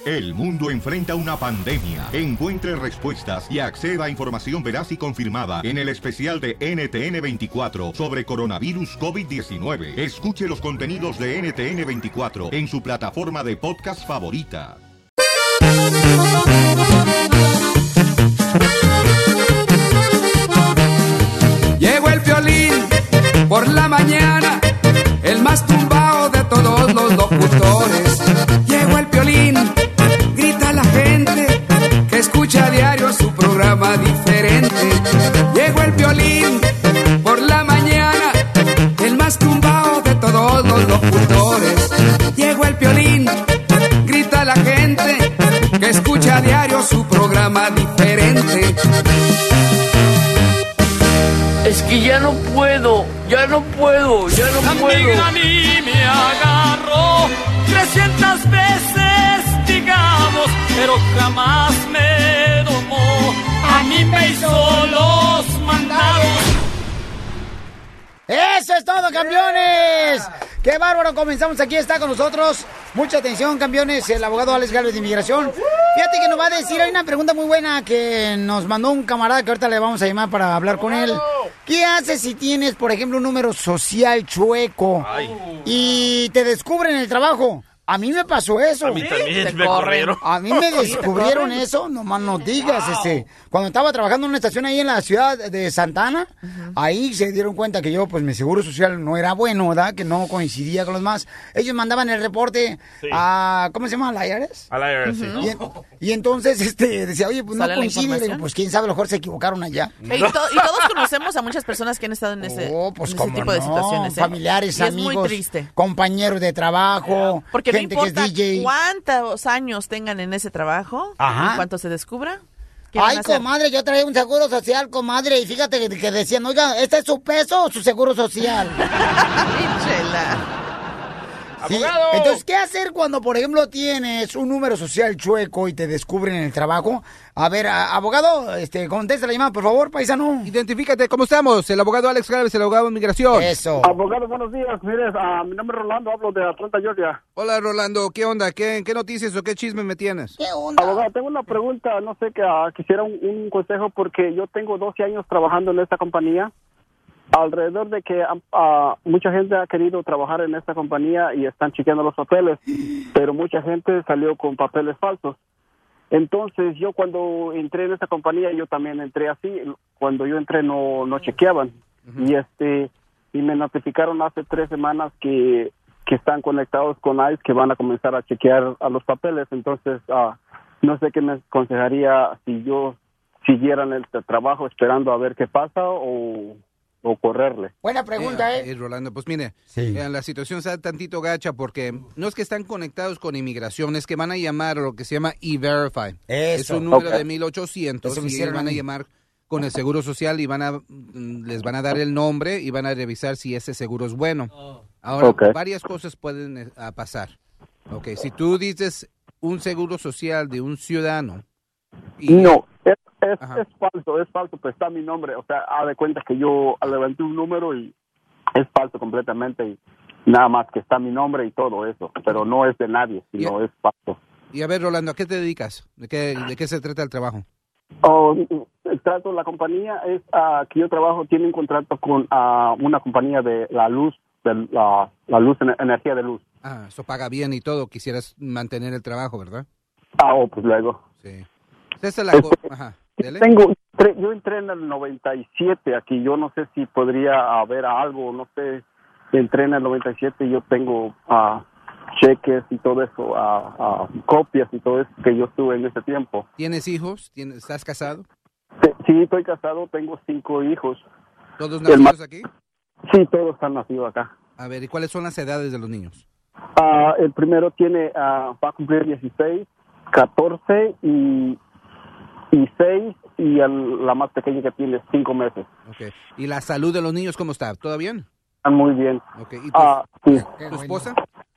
El mundo enfrenta una pandemia. Encuentre respuestas y acceda a información veraz y confirmada en el especial de NTN24 sobre coronavirus COVID-19. Escuche los contenidos de NTN24 en su plataforma de podcast favorita. Llegó el Piolín por la mañana, el más tumbado de todos los locutores. Llegó el Piolín, grita la gente que escucha a diario su programa diferente. Llegó el Piolín por la mañana, el más tumbado de todos los locutores. Llegó el Piolín, grita la gente que escucha a diario su programa diferente. Es que ya no puedo. También a mí me agarró 300 veces, digamos, pero jamás me domó. A mí me hizo los mandados. ¡Eso es todo, campeones! ¡Qué bárbaro! Comenzamos aquí, está con nosotros. Mucha atención, campeones, el abogado Alex Gálvez de Inmigración. Fíjate que nos va a decir, hay una pregunta muy buena que nos mandó un camarada que ahorita le vamos a llamar para hablar con él. ¿Qué haces si tienes, por ejemplo, un número social chueco y te descubren el trabajo? A mí me pasó eso. A mí también me corrieron. A mí me descubrieron eso, nomás no digas, cuando estaba trabajando en una estación ahí en la ciudad de Santa Ana, ahí se dieron cuenta que yo, pues mi seguro social no era bueno, ¿verdad? Que no coincidía con los demás. Ellos mandaban el reporte a, ¿cómo se llama? ¿A la IRS? A la IRS, sí. Y entonces, decía, oye, pues no coincide. Digo, pues quién sabe, a lo mejor se equivocaron allá. Y todos conocemos a muchas personas que han estado en ese, pues, en ese tipo de situaciones. Familiares, y amigos, es muy triste. Compañeros de trabajo, porque gente no importa que es DJ. cuántos años tengan en ese trabajo, en cuanto se descubra. Ay, comadre, yo traía un seguro social, comadre, y fíjate que decían, oiga, ¿este es su peso o su seguro social? Chela. Sí. Entonces, ¿qué hacer cuando, por ejemplo, tienes un número social chueco y te descubren en el trabajo? A ver, abogado, contesta la llamada, por favor, paisano. Identifícate, ¿cómo estamos? El abogado Alex Gálvez, el abogado de Inmigración. Eso. Abogado, buenos días. Mire, mi nombre es Rolando, hablo de Atlanta, Georgia. Hola, Rolando, ¿qué onda? ¿Qué noticias o qué chisme me tienes? ¿Qué onda? Abogado, tengo una pregunta, no sé, que quisiera un consejo porque yo tengo 12 años trabajando en esta compañía. Alrededor de que mucha gente ha querido trabajar en esta compañía y están chequeando los papeles, pero mucha gente salió con papeles falsos. Entonces, yo cuando entré en esta compañía, yo también entré así. Cuando yo entré no chequeaban. Y me notificaron hace 3 semanas que están conectados con ICE, que van a comenzar a chequear a los papeles. Entonces, no sé qué me aconsejaría si yo siguiera en el trabajo esperando a ver qué pasa o correrle. Buena pregunta, Rolando, pues mire, la situación está tantito gacha porque no es que están conectados con inmigración, es que van a llamar a lo que se llama E-Verify. Es un número de 1800 y ellos van a llamar con el Seguro Social y les van a dar el nombre y van a revisar si ese seguro es bueno. Ahora, varias cosas pueden pasar. Si tú dices un seguro social de un ciudadano. No, es falso, pues está mi nombre, o sea, haz de cuenta que yo levanté un número y es falso completamente y nada más que está mi nombre y todo eso, pero no es de nadie, sino es falso. Y a ver, Rolando, ¿a qué te dedicas? ¿De qué se trata el trabajo? La compañía es que yo trabajo, tiene un contrato con una compañía de la luz, energía de luz. Eso paga bien y todo, quisieras mantener el trabajo, ¿verdad? Pues luego. Sí. Esa es la yo entré en el 97 aquí, yo no sé si podría haber algo, no sé, entré en el 97 y yo tengo cheques y todo eso, copias y todo eso que yo estuve en ese tiempo. ¿Tienes hijos? ¿Estás casado? Sí, estoy casado, tengo 5 hijos. ¿Todos nacidos aquí? Sí, todos están nacidos acá. A ver, ¿y cuáles son las edades de los niños? El primero va a cumplir 16, 14 y 6 y la más pequeña que tiene 5 meses. ¿Y la salud de los niños cómo está? ¿Todo bien? Están muy bien. ¿Y sí. tu esposa?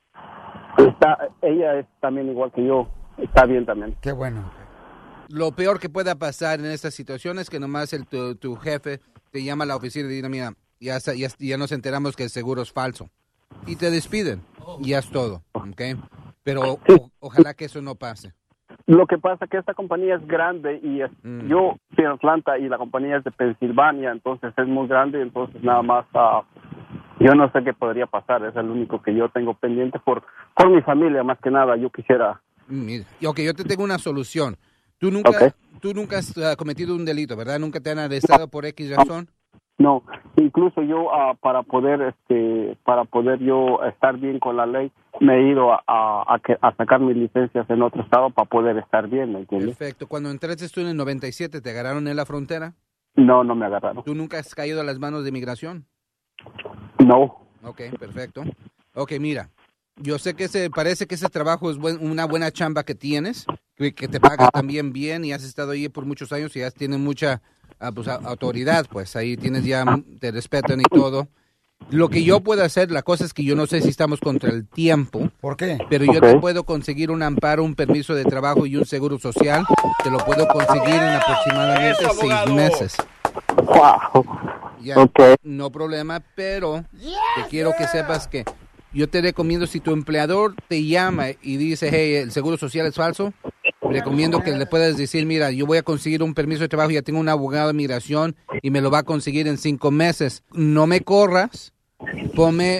Ella es también igual que yo, está bien también. Qué bueno. Lo peor que pueda pasar en esta situación es que nomás tu jefe te llama a la oficina y dice, mira, ya nos enteramos que el seguro es falso. Y te despiden. Y ya es todo, ¿ok? Pero ojalá que eso no pase. Lo que pasa es que esta compañía es grande y yo estoy en Atlanta y la compañía es de Pensilvania, entonces es muy grande, entonces nada más yo no sé qué podría pasar, es el único que yo tengo pendiente por mi familia, más que nada, yo quisiera... Ok, yo te tengo una solución. Tú nunca has cometido un delito, ¿verdad? ¿Nunca te han arrestado por X razón? No, incluso yo para poder yo estar bien con la ley, me he ido a sacar mis licencias en otro estado para poder estar bien, ¿me entiendes? Perfecto. Cuando entraste tú en el 97, ¿te agarraron en la frontera? No, no me agarraron. ¿Tú nunca has caído a las manos de inmigración? No. Ok, perfecto. Ok, mira, yo sé que parece que ese trabajo es una buena chamba que tienes, que te paga también bien y has estado ahí por muchos años y ya tienes mucha autoridad, pues ahí tienes ya, te respetan y todo. Lo que yo puedo hacer, la cosa es que yo no sé si estamos contra el tiempo. ¿Por qué? Pero yo te puedo conseguir un amparo, un permiso de trabajo y un seguro social. Te lo puedo conseguir en aproximadamente 6 meses. Wow. Ya, no problema, pero te quiero que sepas que yo te recomiendo, si tu empleador te llama y dice, hey, el seguro social es falso, recomiendo que le puedas decir, mira, yo voy a conseguir un permiso de trabajo, ya tengo un abogado de migración y me lo va a conseguir en 5 meses. No me corras, ponme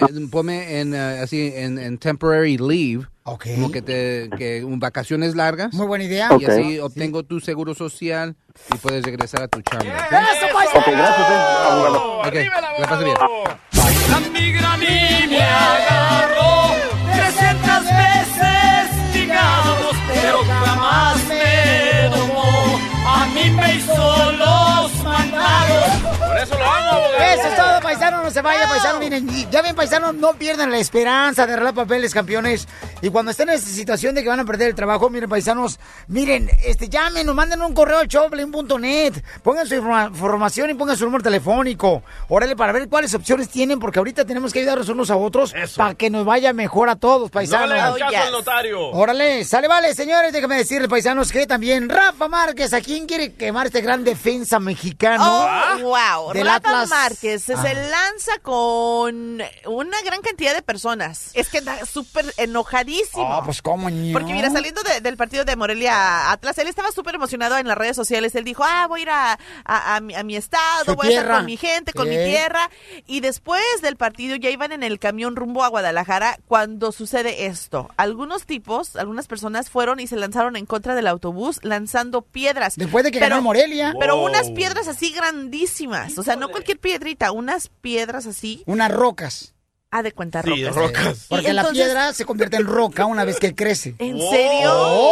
en temporary leave, como que vacaciones largas. Muy buena idea. Y así obtengo tu seguro social y puedes regresar a tu chamba. ¡Eso, paisano! Gracias, abogado. La pase bien. La migra a mí me agarró 300 veces, digamos, pero jamás me domó. A mí me hizo los mandados. Por eso lo amo, abogado. Eso es todo, paisano, no se vaya, paisano. Miren, ya ven, paisano, no pierdan la esperanza de arreglar papeles, campeones. Y cuando estén en esta situación de que van a perder el trabajo, miren, paisanos, miren, llamen o manden un correo al showplane.net. Pongan su información y pongan su número telefónico. Órale, para ver cuáles opciones tienen, porque ahorita tenemos que ayudarnos unos a otros para que nos vaya mejor a todos, paisanos. No le hagan caso al notario. Órale, sale, vale, señores, déjenme decirles, paisanos, que también Rafa Márquez, ¿a quién quiere quemar este gran defensa mexicano? Oh, wow. Del Rafa Atlas Márquez se lanza con una gran cantidad de personas. Es que está súper enojadísimo. Pues cómo, ño. Porque mira, saliendo del partido de Morelia Atlas, él estaba súper emocionado en las redes sociales. Él dijo, voy a ir a mi estado, voy a estar con mi gente, con mi tierra. Y después del partido ya iban en el camión rumbo a Guadalajara cuando sucede esto. Algunas personas fueron y se lanzaron en contra del autobús lanzando piedras. Después de que ganó Morelia. Pero unas piedras así grandísimas. O sea, no cualquier piedrita, unas piedras así. Unas rocas. De cuenta rocas. Sí, rocas. Porque la piedra se convierte en roca una vez que crece. ¿En serio?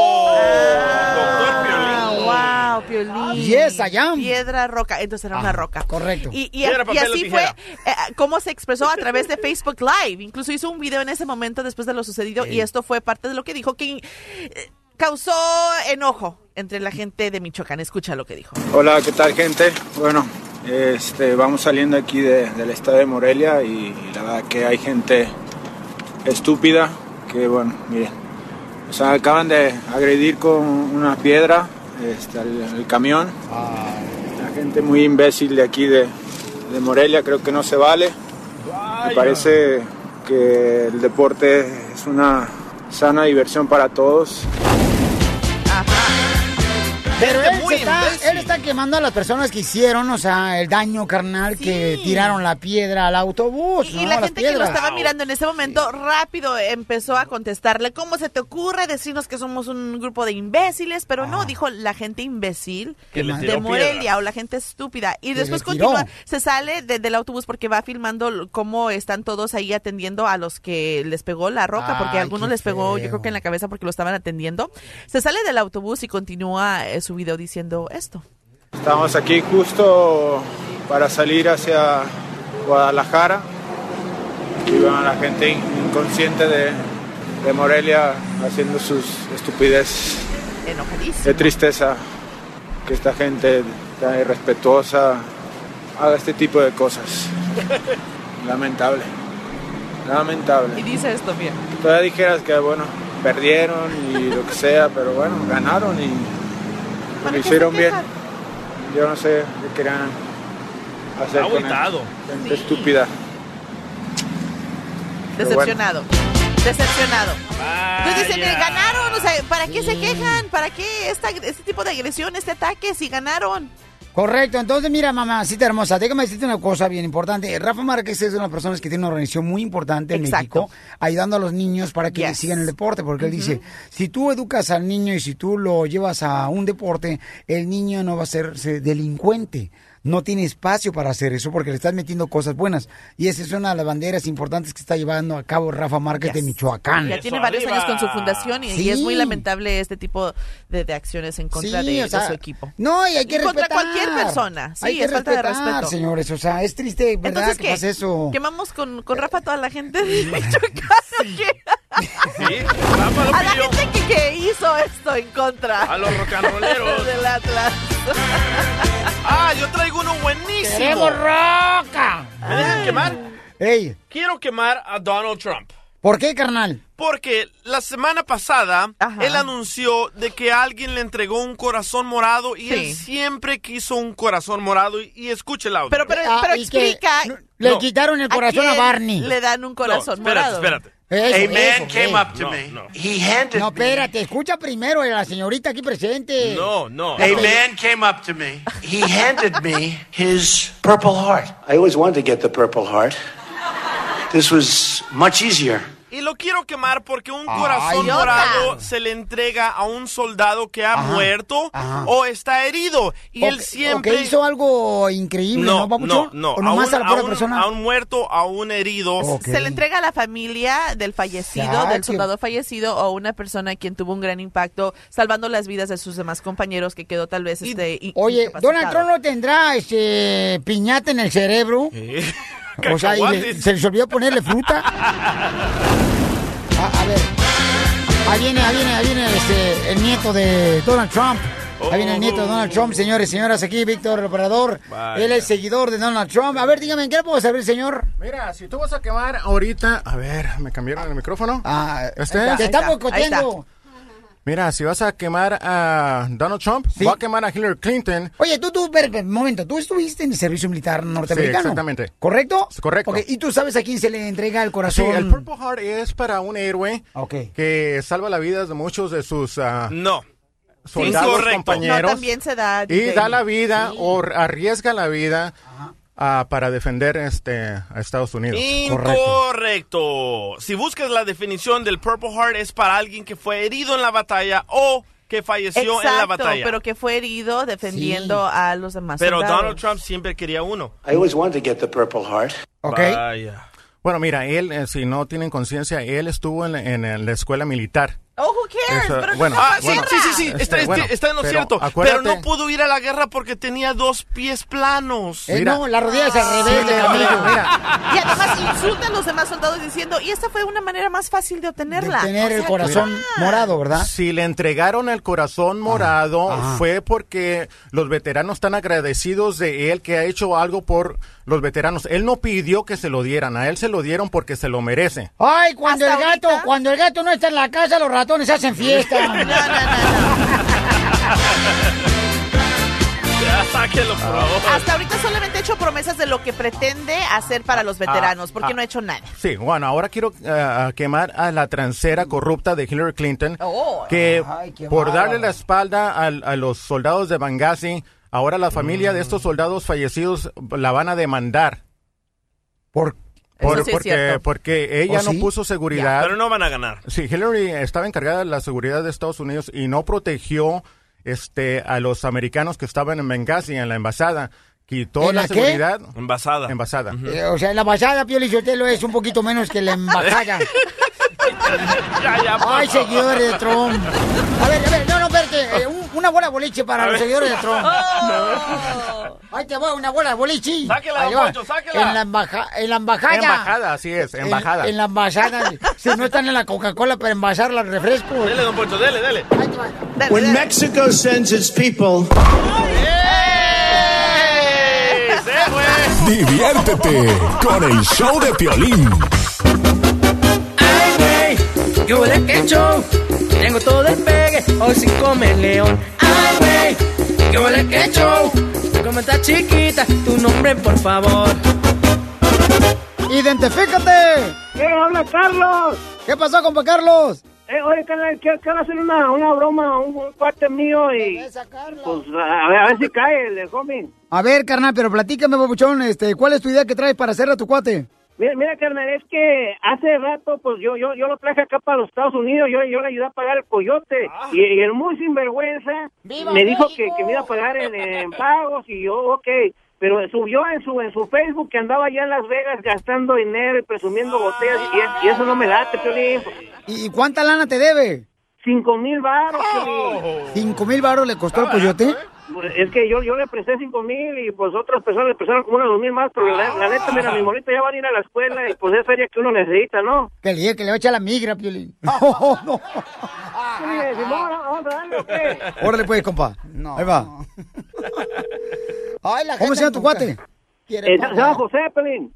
Doctor Piolín. Wow, Piolín. Yes, I am. Piedra, roca. Entonces era una roca. Correcto. Y así fue cómo se expresó a través de Facebook Live. Incluso hizo un video en ese momento después de lo sucedido y esto fue parte de lo que dijo que causó enojo entre la gente de Michoacán. Escucha lo que dijo. Hola, ¿qué tal, gente? Bueno, vamos saliendo aquí del estado de Morelia y la verdad que hay gente estúpida que, bueno, miren, o sea, acaban de agredir con una piedra el camión. La gente muy imbécil de aquí de Morelia, creo que no se vale. Me parece que el deporte es una sana diversión para todos. Pero él está quemando a las personas que hicieron, o sea, el daño carnal, que tiraron la piedra al autobús. Y la gente que lo estaba mirando en ese momento rápido empezó a contestarle, ¿cómo se te ocurre decirnos que somos un grupo de imbéciles? Pero no, dijo la gente imbécil de Morelia o la gente estúpida. Y después continúa, se sale del autobús porque va filmando cómo están todos ahí atendiendo a los que les pegó la roca, porque a algunos les pegó, yo creo que en la cabeza porque lo estaban atendiendo. Se sale del autobús y continúa su video diciendo esto. Estamos aquí justo para salir hacia Guadalajara y bueno, la gente inconsciente de Morelia haciendo sus estupideces. Enojadísimo. Qué tristeza que esta gente tan irrespetuosa haga este tipo de cosas. Lamentable. Y dice esto, bien. Todavía dijeras que bueno, perdieron y lo que sea, pero bueno, ganaron y lo hicieron bien. Yo no sé qué querían hacer con gente estúpida. Decepcionado. Bueno. Decepcionado. Entonces dicen, ganaron, o sea, ¿para qué se quejan? ¿Para qué este tipo de agresión, este ataque si ganaron? Correcto, entonces mira, mamacita hermosa, déjame decirte una cosa bien importante. Rafa Márquez es una persona que tiene una organización muy importante en México, ayudando a los niños para que sigan el deporte, porque él dice, si tú educas al niño y si tú lo llevas a un deporte, el niño no va a ser delincuente. No tiene espacio para hacer eso porque le estás metiendo cosas buenas. Y esa es una de las banderas importantes que está llevando a cabo Rafa Márquez de Michoacán. Ya tiene varios años con su fundación y es muy lamentable este tipo de acciones en contra de su equipo. No, y hay que respetar. Contra cualquier persona. Sí, hay que es falta de respetar, respeto. Señores, o sea, es triste, ¿verdad? Entonces, que pasa eso. ¿Quemamos con Rafa a toda la gente de Michoacán? Sí, Rafa lo a la pidió. gente que hizo esto en contra. A los rocanroleros. Del Atlas. Yo traigo uno buenísimo. ¡Queremos roca! ¿Me dejan quemar? Ey. Quiero quemar a Donald Trump. ¿Por qué, carnal? Porque la semana pasada él anunció de que alguien le entregó un corazón morado y él siempre quiso un corazón morado y escuche el audio. Pero explica. Le quitaron el corazón a Barney. Le dan un corazón morado. Espérate. A man came up to me. He handed No, espérate, escucha primero a la señorita aquí presente. No. A man came up to me. He handed me his Purple Heart. I always wanted to get the Purple Heart. This was much easier. Y lo quiero quemar porque un corazón morado se le entrega a un soldado que ha muerto o está herido. Y él siempre... O que hizo algo increíble, ¿no, Papuchón? No. ¿O nomás a la pura persona? A un muerto, a un herido. Se le entrega a la familia del fallecido, del soldado fallecido, o una persona a quien tuvo un gran impacto, salvando las vidas de sus demás compañeros que quedó tal vez Oye, ¿Donald Trump no tendrá piñata en el cerebro? O sea, se les olvidó ponerle fruta. A ver. Ahí viene el nieto de Donald Trump. Ahí viene el nieto de Donald Trump, señores y señoras. Aquí Víctor, el operador. Vaya. Él es seguidor de Donald Trump. A ver, dígame, ¿en qué le puedo servir, señor? Mira, si tú vas a quemar ahorita... A ver, ¿me cambiaron el micrófono? Te está boicoteando. Mira, si vas a quemar a Donald Trump, va a quemar a Hillary Clinton. Oye, un momento, tú estuviste en el servicio militar norteamericano. Sí, exactamente. ¿Correcto? Correcto. Okay. ¿Y tú sabes a quién se le entrega el corazón? Sí, el Purple Heart es para un héroe que salva la vida de muchos de sus soldados, compañeros. No, también se da. Y da la vida o arriesga la vida. Para defender a Estados Unidos. Incorrecto. Si buscas la definición del Purple Heart es para alguien que fue herido en la batalla o que falleció en la batalla. Pero que fue herido defendiendo a los demás soldados. Donald Trump siempre quería uno. I always wanted to get the Purple Heart. Vaya. Bueno, mira, él, si no tienen conciencia, él estuvo en la escuela militar. Oh, who cares? Eso, pero bueno, sí. Está en lo cierto. Pero no pudo ir a la guerra porque tenía 2 pies planos. No, la rodilla es al revés. Y además insulta a los demás soldados diciendo, y esta fue una manera más fácil de obtenerla. De tener el corazón morado, ¿verdad? Si le entregaron el corazón morado fue porque los veteranos están agradecidos de él, que ha hecho algo por los veteranos. Él no pidió que se lo dieran, a él se lo dieron porque se lo merece. Ay, cuando el gato no está en la casa, los ratones hacen fiesta. No. Ya, sáquelo, por favor. Hasta ahorita solamente he hecho promesas de lo que pretende hacer para los veteranos, porque no ha hecho nada. Sí, bueno, ahora quiero quemar a la transera corrupta de Hillary Clinton, que por darle la espalda a los soldados de Benghazi, ahora la familia de estos soldados fallecidos la van a demandar. Porque ella no puso seguridad. Pero no van a ganar. Sí, Hillary estaba encargada de la seguridad de Estados Unidos y no protegió a los americanos que estaban en Benghazi, en la embajada. Quitó la seguridad. Embajada. O sea, la embajada, Pio Lizotelo, es un poquito menos que la embajada. Ay, seguidores de Trump. A ver, no, espérate. Una bola boliche para los seguidores de Trump. Ahí te va una bola boliche. Sáquela, don Poncho, sáquela. En la embajada. Embajada, así es, embajada. En la embajada. Si no están en la Coca-Cola para envasar los refrescos. Dele, don Poncho, dele. Ahí te va. When Mexico sends its people... Diviértete con el show de Piolín. Ay, güey, yo de que show. Tengo todo el pegue, hoy sin comer león. Ay, güey, yo de que show. Como está chiquita, tu nombre, por favor. ¡Identifícate! Habla Carlos. ¿Qué pasó, compa Carlos? Oye, carnal, quiero hacer una broma a un cuate mío y... Pues, a ver si cae el homie. A ver, carnal, pero platícame, babuchón, ¿cuál es tu idea que traes para hacer a tu cuate? Mira, carnal, es que hace rato, pues, yo lo traje acá para los Estados Unidos, yo le ayudé a pagar el coyote, y el muy sinvergüenza me dijo que me iba a pagar en pagos, y yo, ok, pero subió en su Facebook que andaba allá en Las Vegas gastando dinero y presumiendo botellas, y eso no me late, Piolín. ¿Y cuánta lana te debe? 5,000 varos, Piolín. 5,000 varos le costó el coyote. Es que yo le presté 5,000 y pues otras personas le prestaron como unos 2,000 más, pero la neta, mira, mi morrito ya van a ir a la escuela y pues es feria que uno necesita, ¿no? Que le va a echar la migra, Piolín. No. Vamos a darle, ¿o qué? Órale pues, compa. No. Ahí va. Ay, ¿cómo se llama tu cuate? Se llama José, Piolín.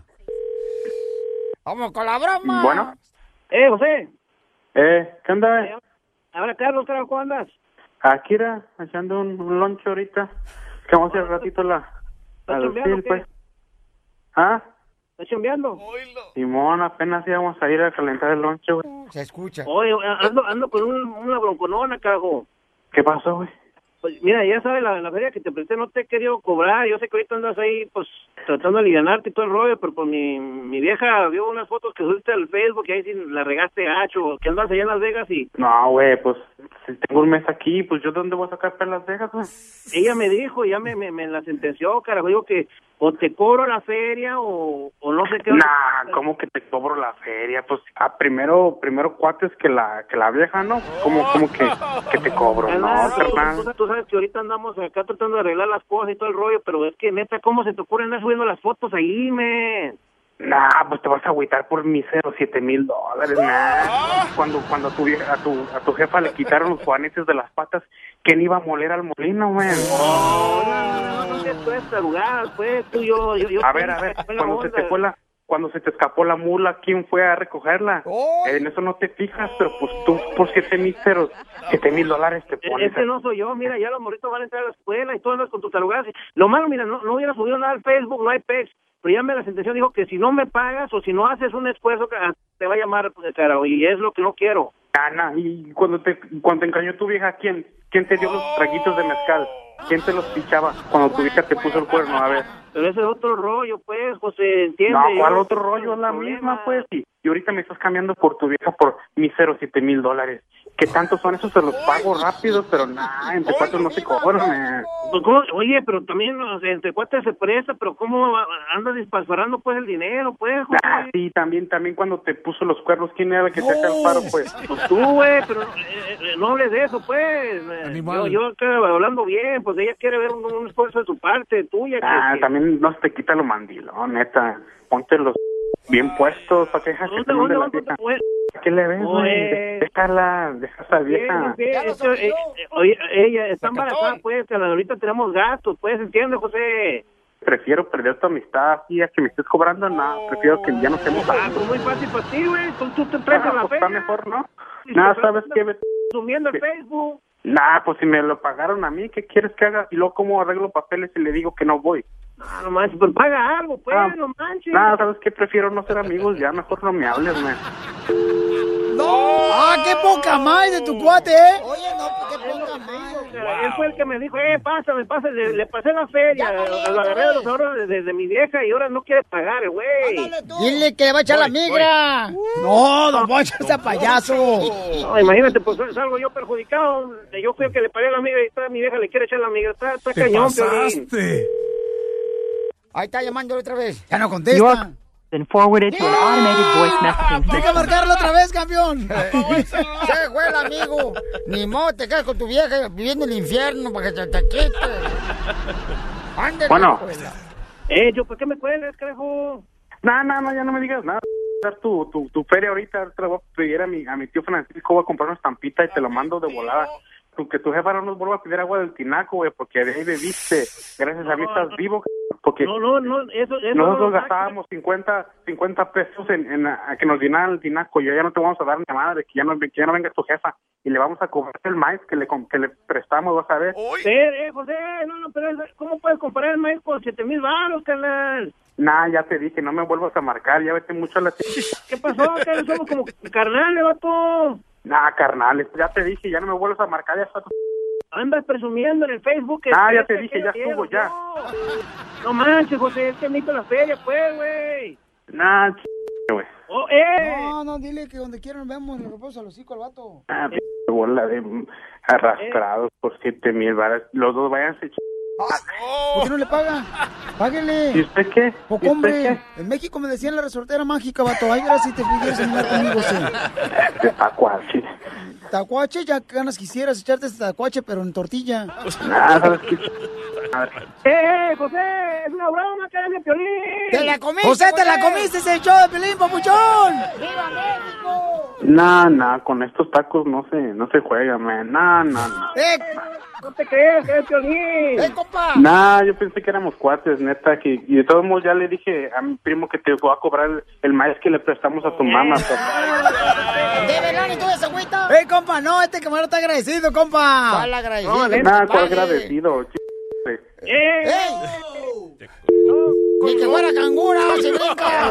Vamos con la broma. Bueno. José. ¿Qué onda? Ahora, Carlos, ¿cómo andas? Aquí era, echando un lonche ahorita. Que vamos a ir ratito al film, pues. ¿Ah? ¿Estás chambeando? Simón, apenas íbamos a ir a calentar el lonche, güey. Se escucha. Oye, ando con una bronconona, carajo. ¿Qué pasó, güey? Pues mira, ya sabes, la feria que te presté no te he querido cobrar. Yo sé que ahorita andas ahí, pues, tratando de alivianarte y todo el rollo, pero pues mi vieja vio unas fotos que subiste al Facebook y ahí sí la regaste gacho, que andas allá en Las Vegas y... No, güey, pues, si tengo un mes aquí, pues, ¿yo de dónde voy a sacar para Las Vegas, güey? Ella me dijo, ya me la sentenció, carajo, digo que o te cobro la feria o no sé qué... Nah, ¿cómo que te cobro la feria? Pues, primero cuates que la vieja, ¿no? ¿Cómo que te cobro? No, carnal. Tú sabes que ahorita andamos acá tratando de arreglar las cosas y todo el rollo, pero es que, neta, ¿cómo se te ocurre andar subiendo las fotos ahí, men? Nah, pues te vas a agüitar por míseros $7,000, nah. Cuando a tu jefa le quitaron los juanetes de las patas, ¿quién iba a moler al molino, güey? No seas tú esta lugar, pues, tú, yo... A ver, cuando se te escapó la mula, ¿quién fue a recogerla? En eso no te fijas, pero pues tú por $7,000 te pones. Ese no soy yo, mira, ya los morritos van a entrar a la escuela y tú andas con tus tarugadas. Lo malo, mira, no hubiera subido nada al Facebook, no hay pex, pero ya la sentencia dijo que si no me pagas o si no haces un esfuerzo, te va a llamar, carajo, y es lo que no quiero. Ana, y cuando te engañó tu vieja, ¿quién te dio los traguitos de mezcal? ¿Quién te los pichaba cuando tu vieja te puso el cuerno? A ver. Pero ese es otro rollo, pues, José, ¿entiendes? No, ¿cuál otro rollo? Es la misma, pues. Y ahorita me estás cambiando por tu vieja por míseros $7,000. ¿Qué tanto son esos? Se los pago rápido, pero nada, entre cuatro no se cobran. Pues, ¿cómo? Oye, pero también, o sea, entre cuatro se presta, pero ¿cómo andas despasfarando, pues, el dinero, pues, José? Sí, también cuando te puso los cuernos, ¿quién era el que te hacía el paro, pues? Pues tú, güey, pero no hables de eso, pues. Yo acá hablando bien, pues ella quiere ver un esfuerzo de tu parte, tuya. También no se te quita lo mandilo, neta. Ponte los bien puestos, ¿para qué dejas que te mande la vieja? ¿Qué le ves, güey? Deja esa vieja. Oye, ella está embarazada, pues, que ahorita tenemos gastos, pues, ¿entiendes, José? Prefiero perder tu amistad y a que me estés cobrando nada. Prefiero que ya no seamos amigos. Pues muy fácil para ti, güey. Tú te traes a la pues feria. Está mejor, ¿no? Nada, ¿sabes qué? Subiendo el Facebook. Nah, pues si me lo pagaron a mí, ¿qué quieres que haga? Y luego, ¿cómo arreglo papeles y le digo que no voy? No manches, pues paga algo, pues, no manches. Nada, ¿sabes qué? Prefiero no ser amigos, ya mejor no me hables, man. ¡No! ¡Ah, qué poca más de tu cuate, eh! Oye, no, qué poca más. Él fue el que me dijo, pásame, le pasé la feria, lo agarré de los ahorros de mi vieja y ahora no quiere pagar, güey. Dile que le va a echar la migra. No, don Poncho, ese payaso. No, imagínate, pues salgo yo perjudicado. Yo fui el que le pagué la migra y toda mi vieja le quiere echar la migra. Está cañón, Piolín. Ahí está llamándole otra vez. Ya no contesta. Then forwarded to an automated voice messaging system. Hay que marcarlo otra vez, campeón. Se fue el amigo. Ni modo, te quedas con tu vieja viviendo el infierno para que te quites. Ándale. Bueno. ¿Yo por qué me cuelgas, carajo? No, ya no me digas nada. Dar tu feria ahorita, te la voy a pedir a mi tío Francisco, voy a comprar una estampita y te lo mando de volada. Que tu jefa no nos vuelva a pedir agua del tinaco, güey, porque de ahí bebiste. Gracias a mí estás vivo, porque eso nosotros gastábamos 50 pesos en a que nos llenaran el tinaco. Yo ya no te vamos a dar ni madre, que ya no venga tu jefa y le vamos a cobrar el maíz que le prestamos, vas a ver. José, no, pero ¿cómo puedes comprar el maíz con $7,000, carnal? Nah, ya te dije, no me vuelvas a marcar, ya vete mucho a la... ¿Qué pasó? ¿Que no somos como carnales, vato? Nah, carnales, ya te dije, ya no me vuelvas a marcar, ya está tu... Andas presumiendo en el Facebook que... Ah, ya te dije, ya estuvo, ya. No manches, José, es que necesito la feria, pues, güey. Nah, güey. Oh, No, dile que donde quiera nos vemos, le reposo al hocico al vato. Ah, bola de arrastrados por 7,000 varas. Los dos váyanse, ¿Por qué no le paga? Páguele. ¿Y usted qué? Poco hombre. En México me decían la resortera mágica, vato. Ay, verás si te quieres animar conmigo, sí. Tacuache. Tacuache, ya ganas quisieras echarte este tacuache, pero en tortilla. ¿Sabes qué? José, es una broma, Academia Piolín. ¡Te la comiste! ¡José, te la comiste ese show de Piolín, papuchón! ¡Viva México! Nah, con estos tacos no se juega, man. Nah. No te crees, Piolín. Compa! Nah, yo pensé que éramos cuates, neta, y de todos modos ya le dije a mi primo que te voy a cobrar el maíz que le prestamos a tu mamá. ¿De verdad ni tú esa agüita? Compa, no, este camarón está agradecido, compa. ¿Cuál agradecido? Nah, ¿cuál agradecido? Ni que fuera cangura, se brinca.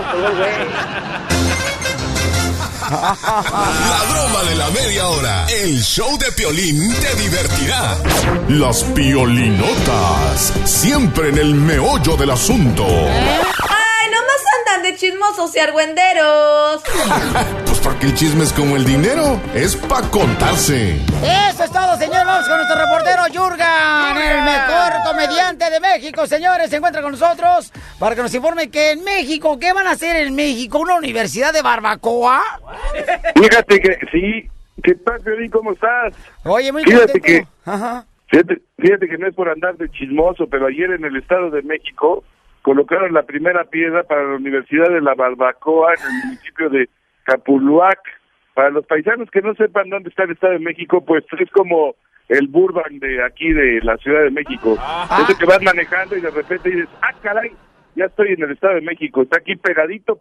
La broma de la media hora. El show de Piolín te divertirá. Las piolinotas. Siempre en el meollo del asunto. ¡Ay, nomás andan de chismosos y argüenderos! Pues porque el chisme es como el dinero. Es pa' contarse. Eso es todo, señor. Vamos con nuestro reportero Yurgan, el mejor comediante de México, señores. Se encuentra con nosotros para que nos informe que en México, ¿qué van a hacer en México? ¿Una universidad de barbacoa? Fíjate que sí. ¿Qué tal, Piolín? ¿Cómo estás? Oye, muy fíjate contento. Fíjate que no es por andar de chismoso, pero ayer en el Estado de México colocaron la primera piedra para la Universidad de la Barbacoa en el municipio de Capuluac. Para los paisanos que no sepan dónde está el Estado de México, pues es como el Burbank de aquí de la Ciudad de México. Es que vas manejando y de repente dices, caray, ya estoy en el Estado de México, está aquí pegadito.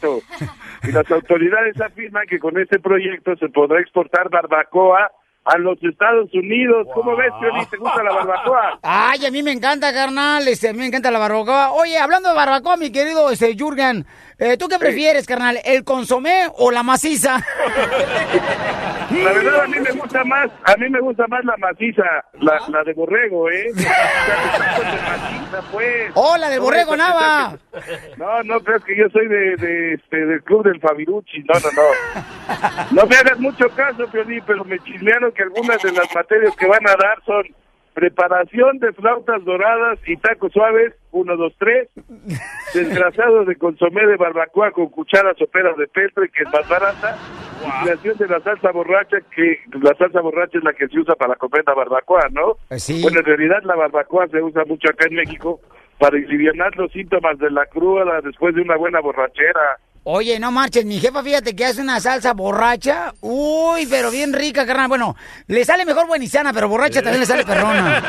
Y las autoridades afirman que con este proyecto se podrá exportar barbacoa a los Estados Unidos. ¿Cómo ves, Piolín? ¿Te gusta la barbacoa? Ay, a mí me encanta, carnal, a mí me encanta la barbacoa. Oye, hablando de barbacoa, mi querido Jurgen, ¿tú qué prefieres, carnal, el consomé o la maciza? La verdad, a mí me gusta más la maciza, la de borrego, maciza, pues. ¡Oh, la de borrego, Nava! No crees que yo soy del club del Fabirucci, no. No me hagas mucho caso, Piolín, pero me chismearon que algunas de las materias que van a dar son preparación de flautas doradas y tacos suaves, 1, 2, 3, desgrasado de consomé de barbacoa con cuchara sopera de peltre, que es más barata, y creación de la salsa borracha, que la salsa borracha es la que se usa para comer la barbacoa, ¿no? Sí. Bueno, en realidad la barbacoa se usa mucho acá en México para alivianar los síntomas de la cruda después de una buena borrachera. Oye, no marches, mi jefa, fíjate que hace una salsa borracha. Uy, pero bien rica, carnal. Bueno, le sale mejor buenizana, pero borracha también le sale perrona.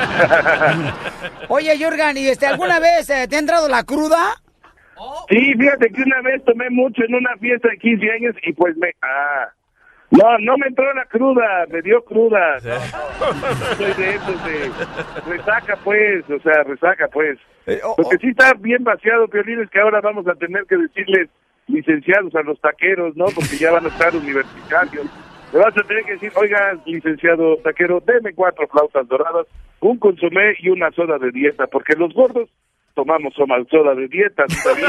Oye, Jurgen, ¿y alguna vez te ha entrado la cruda? Sí, fíjate que una vez tomé mucho en una fiesta de 15 años y pues no me entró la cruda, me dio cruda. No, soy de esos de resaca, pues. Lo que sí está bien vaciado, Piolín, es que ahora vamos a tener que decirles licenciados a los taqueros, ¿no? Porque ya van a estar universitarios. Le vas a tener que decir, oiga, licenciado taquero, deme 4 flautas doradas, un consomé y una soda de dieta, porque los gordos tomamos soda de dieta, ¿sabías?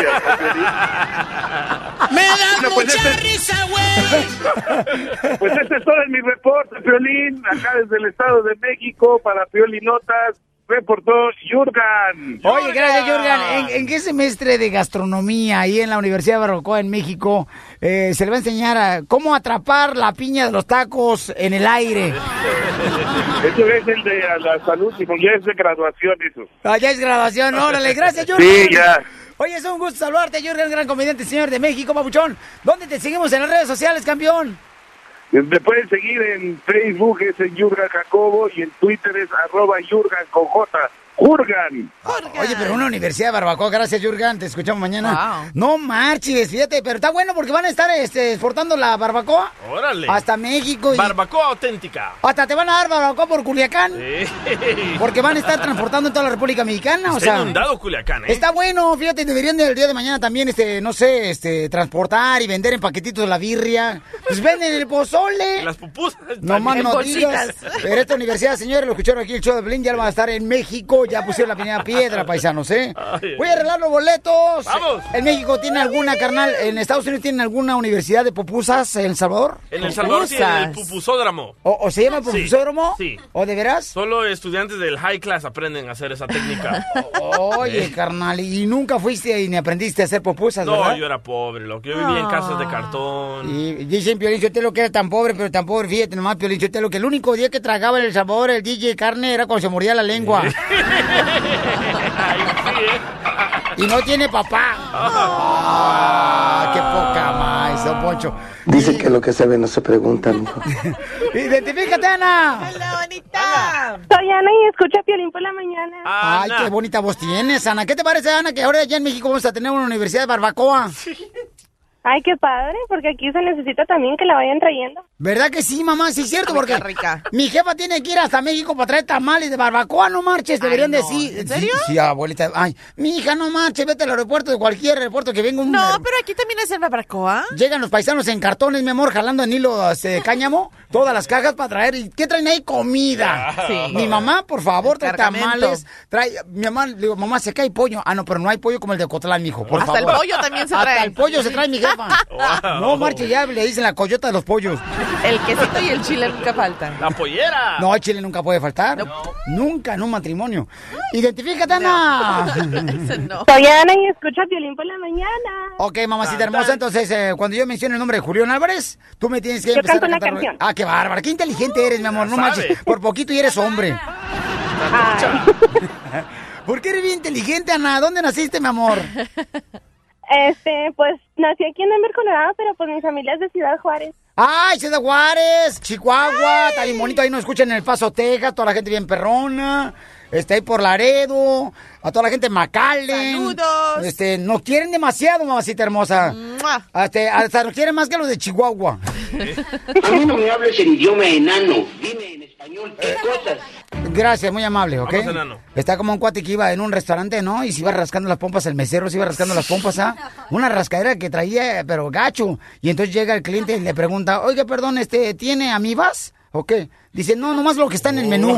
¡Me da mucha risa, güey! Pues este es todo en mi reporte, Piolín, acá desde el Estado de México, para Piolinotas, reportó Jurgen. Oye, gracias, Jurgen. ¿En qué semestre de gastronomía ahí en la Universidad de Barbacoa en México se le va a enseñar a cómo atrapar la piña de los tacos en el aire? Eso es el de la salud, ya es de graduación eso. Ya es graduación, órale, gracias, Jurgen. Sí, ya. Oye, es un gusto saludarte, Jurgen, gran comediante, señor de México, papuchón. ¿Dónde te seguimos en las redes sociales, campeón? Me pueden seguir en Facebook, es en Jurgen Jacobo, y en Twitter es @Jurgen con J. Jurgen. Oye, pero una universidad de barbacoa, gracias, Jurgen, te escuchamos mañana. Wow. No marches, fíjate, pero está bueno porque van a estar exportando la barbacoa. Órale. Hasta México. Barbacoa auténtica. Hasta te van a dar barbacoa por Culiacán. Sí. Porque van a estar transportando en toda la República Mexicana. Está inundado Culiacán, Está bueno, fíjate, deberían el día de mañana también, no sé, transportar y vender en paquetitos la birria. Pues venden el pozole. Las pupusas. No más no digas. Pero esta universidad, señores, lo escucharon aquí el show de Piolín, ya va a estar en México. Ya pusieron la primera piedra, paisanos, Voy a arreglar los boletos. ¡Vamos! ¿En México tiene alguna, carnal? ¿En Estados Unidos tienen alguna universidad de pupusas en El Salvador? En El Salvador tiene el pupusódromo. ¿O se llama pupusódromo? Sí. ¿O de veras? Solo estudiantes del high class aprenden a hacer esa técnica. Oye, carnal, ¿y nunca fuiste y ni aprendiste a hacer pupusas, no, verdad? Yo era pobre, loco. Yo vivía en casas de cartón. Y dicen, Piolín Sotelo, que era tan pobre, pero tan pobre. Fíjate nomás, Piolín Sotelo, que el único día que tragaba en El Salvador el DJ carne era cuando se moría la lengua. Y no tiene papá. Qué poca más, don Poncho. Dice que lo que se ve no se pregunta, mijo. ¡Identifícate, Ana! ¡Hola, bonita! Soy Ana y escucho a Piolín por la mañana. Ay, qué bonita voz tienes, Ana. ¿Qué te parece, Ana, que ahora allá en México vamos a tener una universidad de barbacoa? Ay, qué padre, porque aquí se necesita también que la vayan trayendo. ¿Verdad que sí, mamá? Sí, es cierto, porque mi jefa tiene que ir hasta México para traer tamales de barbacoa, no marches, deberían decir. ¿En serio? Sí, abuelita. Ay, mi hija, no marches, vete al aeropuerto, de cualquier aeropuerto que venga un... No, pero aquí también hacen barbacoa. Llegan los paisanos en cartones, mi amor, jalando en hilo de cáñamo, todas las cajas para traer. ¿Y qué traen ahí? Comida. Sí. Mi mamá, por favor, trae tamales. Mi mamá, le digo, mamá, se cae pollo. Ah, no, pero no hay pollo como el de Ocotlán, mijo, por favor. Hasta el pollo también se trae. Hasta el pollo se trae mi jefa. Wow. No, marche, ya le dicen la coyota de los pollos. El quesito y el chile nunca faltan. ¡La pollera! No, el chile nunca puede faltar. No. Nunca en un matrimonio. ¡Identifícate, Ana! No. Soy Ana y escucho a Piolín por la mañana. Ok, mamacita hermosa, entonces, cuando yo mencione el nombre de Julián Álvarez, tú me tienes que empezar a cantar. Canción. Ah, qué bárbara, qué inteligente eres, mi amor. No manches, por poquito y eres hombre. ¿Por qué eres bien inteligente, Ana? ¿Dónde naciste, mi amor? Pues nací aquí en Denver, Colorado, pero pues mi familia es de Ciudad Juárez. ¡Ay, Ciudad Juárez! Chihuahua, está bien bonito, ahí nos escuchan en El Paso, Texas, toda la gente bien perrona. Ahí por Laredo, a toda la gente de McAllen. ¡Saludos! Nos quieren demasiado, mamacita hermosa. Hasta nos quieren más que los de Chihuahua. A mí no me hables en idioma enano, dime en español qué cosas. Gracias, muy amable, ¿ok? Está como un cuate que iba en un restaurante, ¿no? Y se iba rascando las pompas, el mesero se iba rascando las pompas, una rascadera que traía, pero gacho. Y entonces llega el cliente y le pregunta, oiga, perdón, ¿tiene amibas? ¿O qué? Dice, no, nomás lo que está en el menú.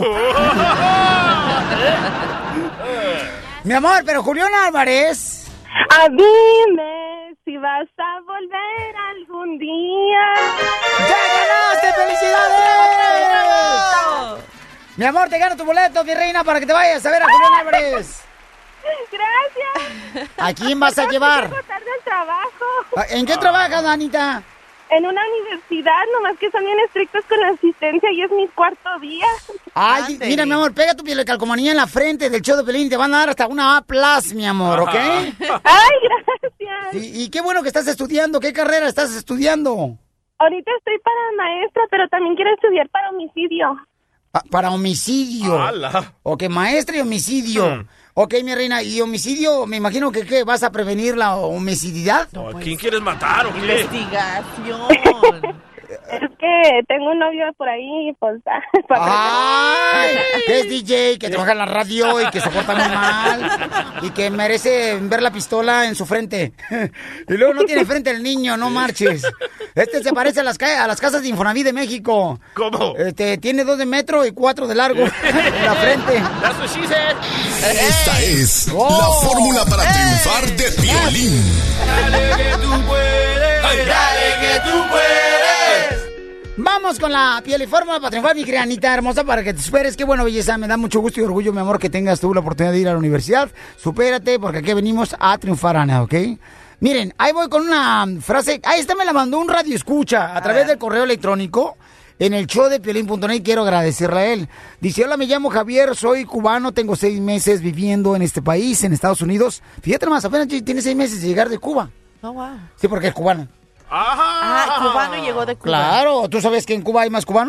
Mi amor, pero Julián Álvarez... Dime si vas a volver algún día. ¡Ya ganaste! ¡Felicidades! Mi amor, te gano tu boleto, mi reina, para que te vayas a ver a Julián Álvarez. Gracias. ¿A quién vas a llevar? Llego tarde al trabajo. ¿En qué trabajas, Anita? En una universidad, nomás que son bien estrictos con la asistencia y es mi cuarto día. Ay, mira, mi amor, pega tu piel de calcomanía en la frente del show de Piolín, te van a dar hasta una A+, mi amor, ¿ok? Ay, gracias. Y qué bueno que estás estudiando, ¿qué carrera estás estudiando? Ahorita estoy para maestra, pero también quiero estudiar para homicidio. Para homicidio. ¡Hala! Ok, maestra y homicidio. Ok, mi reina, ¿y homicidio? Me imagino que ¿qué? ¿Vas a prevenir la homicidad? No, ¿a quién quieres matar o qué? Investigación. Es que tengo un novio por ahí, pues... ¡Ay! Que es DJ, que trabaja en la radio y que se porta muy mal y que merece ver la pistola en su frente. Y luego no tiene frente el niño, no marches. Se parece a las casas de Infonavit de México. ¿Cómo? Tiene 2 de metro y 4 de largo en la frente. That's what she said. Esta es la fórmula para triunfar de Piolín. Dale que tú puedes, dale que tú puedes. Vamos con la piel y fórmula para triunfar, mi querida Anita hermosa, para que te superes. Qué bueno, belleza, me da mucho gusto y orgullo, mi amor, que tengas tú la oportunidad de ir a la universidad. Supérate, porque aquí venimos a triunfar, Ana, ¿ok? Miren, ahí voy con una frase. Esta me la mandó un radio escucha a través del correo electrónico en el show de Piolín.net. Quiero agradecerle a él. Dice, hola, me llamo Javier, soy cubano, tengo 6 meses viviendo en este país, en Estados Unidos. Fíjate más, apenas tiene 6 meses de llegar de Cuba. Oh, wow. Sí, porque es cubano. Cubano llegó de Cuba. Claro, ¿tú sabes que en Cuba hay más cubanos?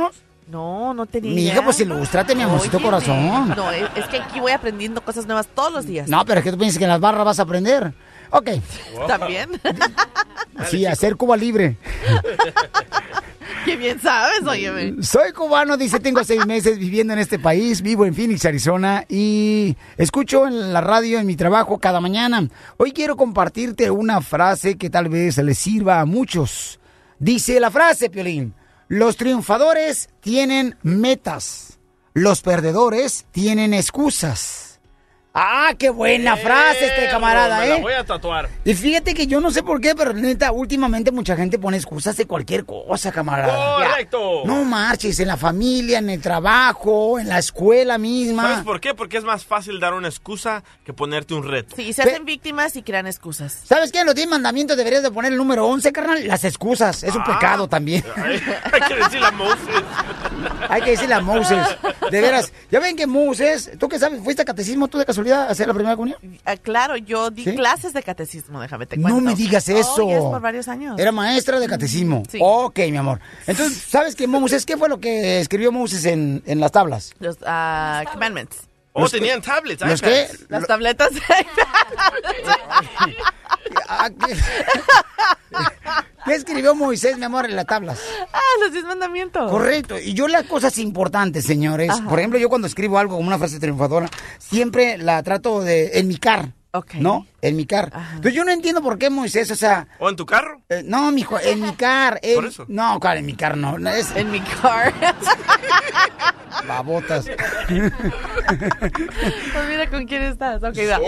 No tenía Mi hija, pues ilústrate, mi amorcito corazón. No, es que aquí voy aprendiendo cosas nuevas todos los días. No, pero es que tú piensas que en las barras vas a aprender. Ok. ¿También? Sí, hacer Cuba libre. Qué bien sabes, óyeme. Soy cubano, dice, tengo 6 meses viviendo en este país, vivo en Phoenix, Arizona, y escucho en la radio en mi trabajo cada mañana. Hoy quiero compartirte una frase que tal vez le sirva a muchos. Dice la frase, Piolín: los triunfadores tienen metas, los perdedores tienen excusas. ¡Ah, qué buena frase camarada, me la voy a tatuar. Y fíjate que yo no sé por qué, pero neta, últimamente mucha gente pone excusas de cualquier cosa, camarada. ¡Correcto! No marches, en la familia, en el trabajo, en la escuela misma. ¿Sabes por qué? Porque es más fácil dar una excusa que ponerte un reto. Sí, se hacen víctimas y crean excusas. ¿Sabes qué? En los 10 mandamientos deberías de poner el número 11, carnal. Las excusas. Es un pecado también. Hay que decirle a Moses. Hay que decirle a Moses. De veras. Ya ven que Moses, ¿tú qué sabes? ¿Fuiste a catecismo tú de casualidad a hacer la primera comunión? Claro, yo di clases de catecismo, déjame te cuento. No me digas eso. Oh, yes, por varios años. Era maestra de catecismo. Sí. Ok, mi amor. Entonces, ¿sabes qué, Moses? ¿Qué fue lo que escribió Moses en las tablas? Los commandments. Tenían tablets. ¿Los qué? Las tabletas de ¿Qué escribió Moisés, mi amor, en las tablas? Los 10 mandamientos. Correcto. Y yo las cosas importantes, señores. Ajá. Por ejemplo, yo cuando escribo algo como una frase triunfadora, siempre la trato de enmicar. Okay. ¿No? Enmicar. Entonces yo no entiendo por qué Moisés, o sea... ¿O en tu carro? No, mijo, enmicar. ¿Por eso? No, claro, enmicar no. Es... Enmicar. Babotas. Pues mira con quién estás. Ok, va.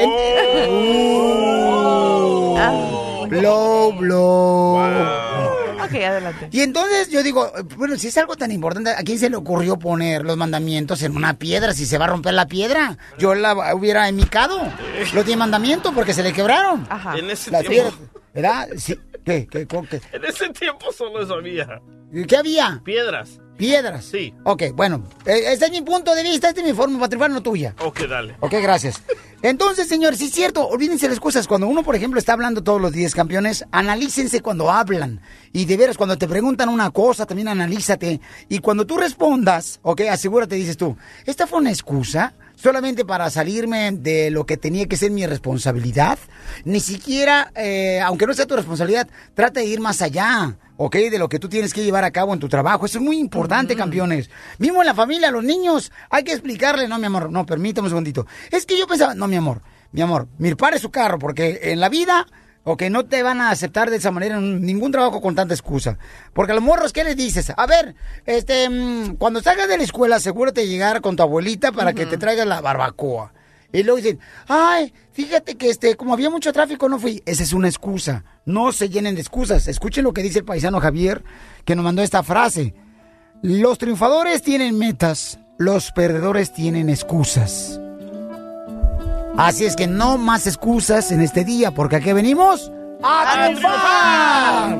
Blow. Wow. Ok, adelante. Y entonces yo digo, bueno, si es algo tan importante, ¿a quién se le ocurrió poner los mandamientos en una piedra? Si se va a romper la piedra, yo la hubiera enmicado. Los 10 mandamientos porque se le quebraron. Ajá. En ese las tiempo. Piedras, ¿verdad? Sí. ¿Qué? En ese tiempo solo eso había. ¿Qué había? Piedras. ¿Piedras? Sí. Ok, bueno, este es mi punto de vista, esta es mi forma para triunfar, no tuya. Ok, dale. Ok, gracias. Entonces, señores, sí es cierto, olvídense las cosas. Cuando uno, por ejemplo, está hablando todos los días, campeones, analícense cuando hablan. Y de veras, cuando te preguntan una cosa, también analízate. Y cuando tú respondas, ok, asegúrate, dices tú, ¿esta fue una excusa solamente para salirme de lo que tenía que ser mi responsabilidad? Ni siquiera, aunque no sea tu responsabilidad, trata de ir más allá, ¿ok? De lo que tú tienes que llevar a cabo en tu trabajo. Eso es muy importante, campeones. Mismo en la familia, a los niños, hay que explicarle, no, mi amor, no, permítame un segundito. Es que yo pensaba, no, mi amor, mi pare su carro, porque en la vida... Ok, no te van a aceptar de esa manera en ningún trabajo con tanta excusa. Porque a los morros, ¿qué les dices? A ver, cuando salgas de la escuela, asegúrate de llegar con tu abuelita para que te traiga la barbacoa. Y luego dicen, ay, fíjate que como había mucho tráfico, no fui. Esa es una excusa. No se llenen de excusas. Escuchen lo que dice el paisano Javier, que nos mandó esta frase. Los triunfadores tienen metas, los perdedores tienen excusas. Así es que no más excusas en este día, porque aquí venimos a triunfar.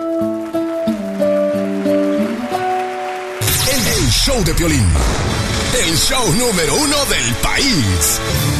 El show de Piolín, el show número 1 del país.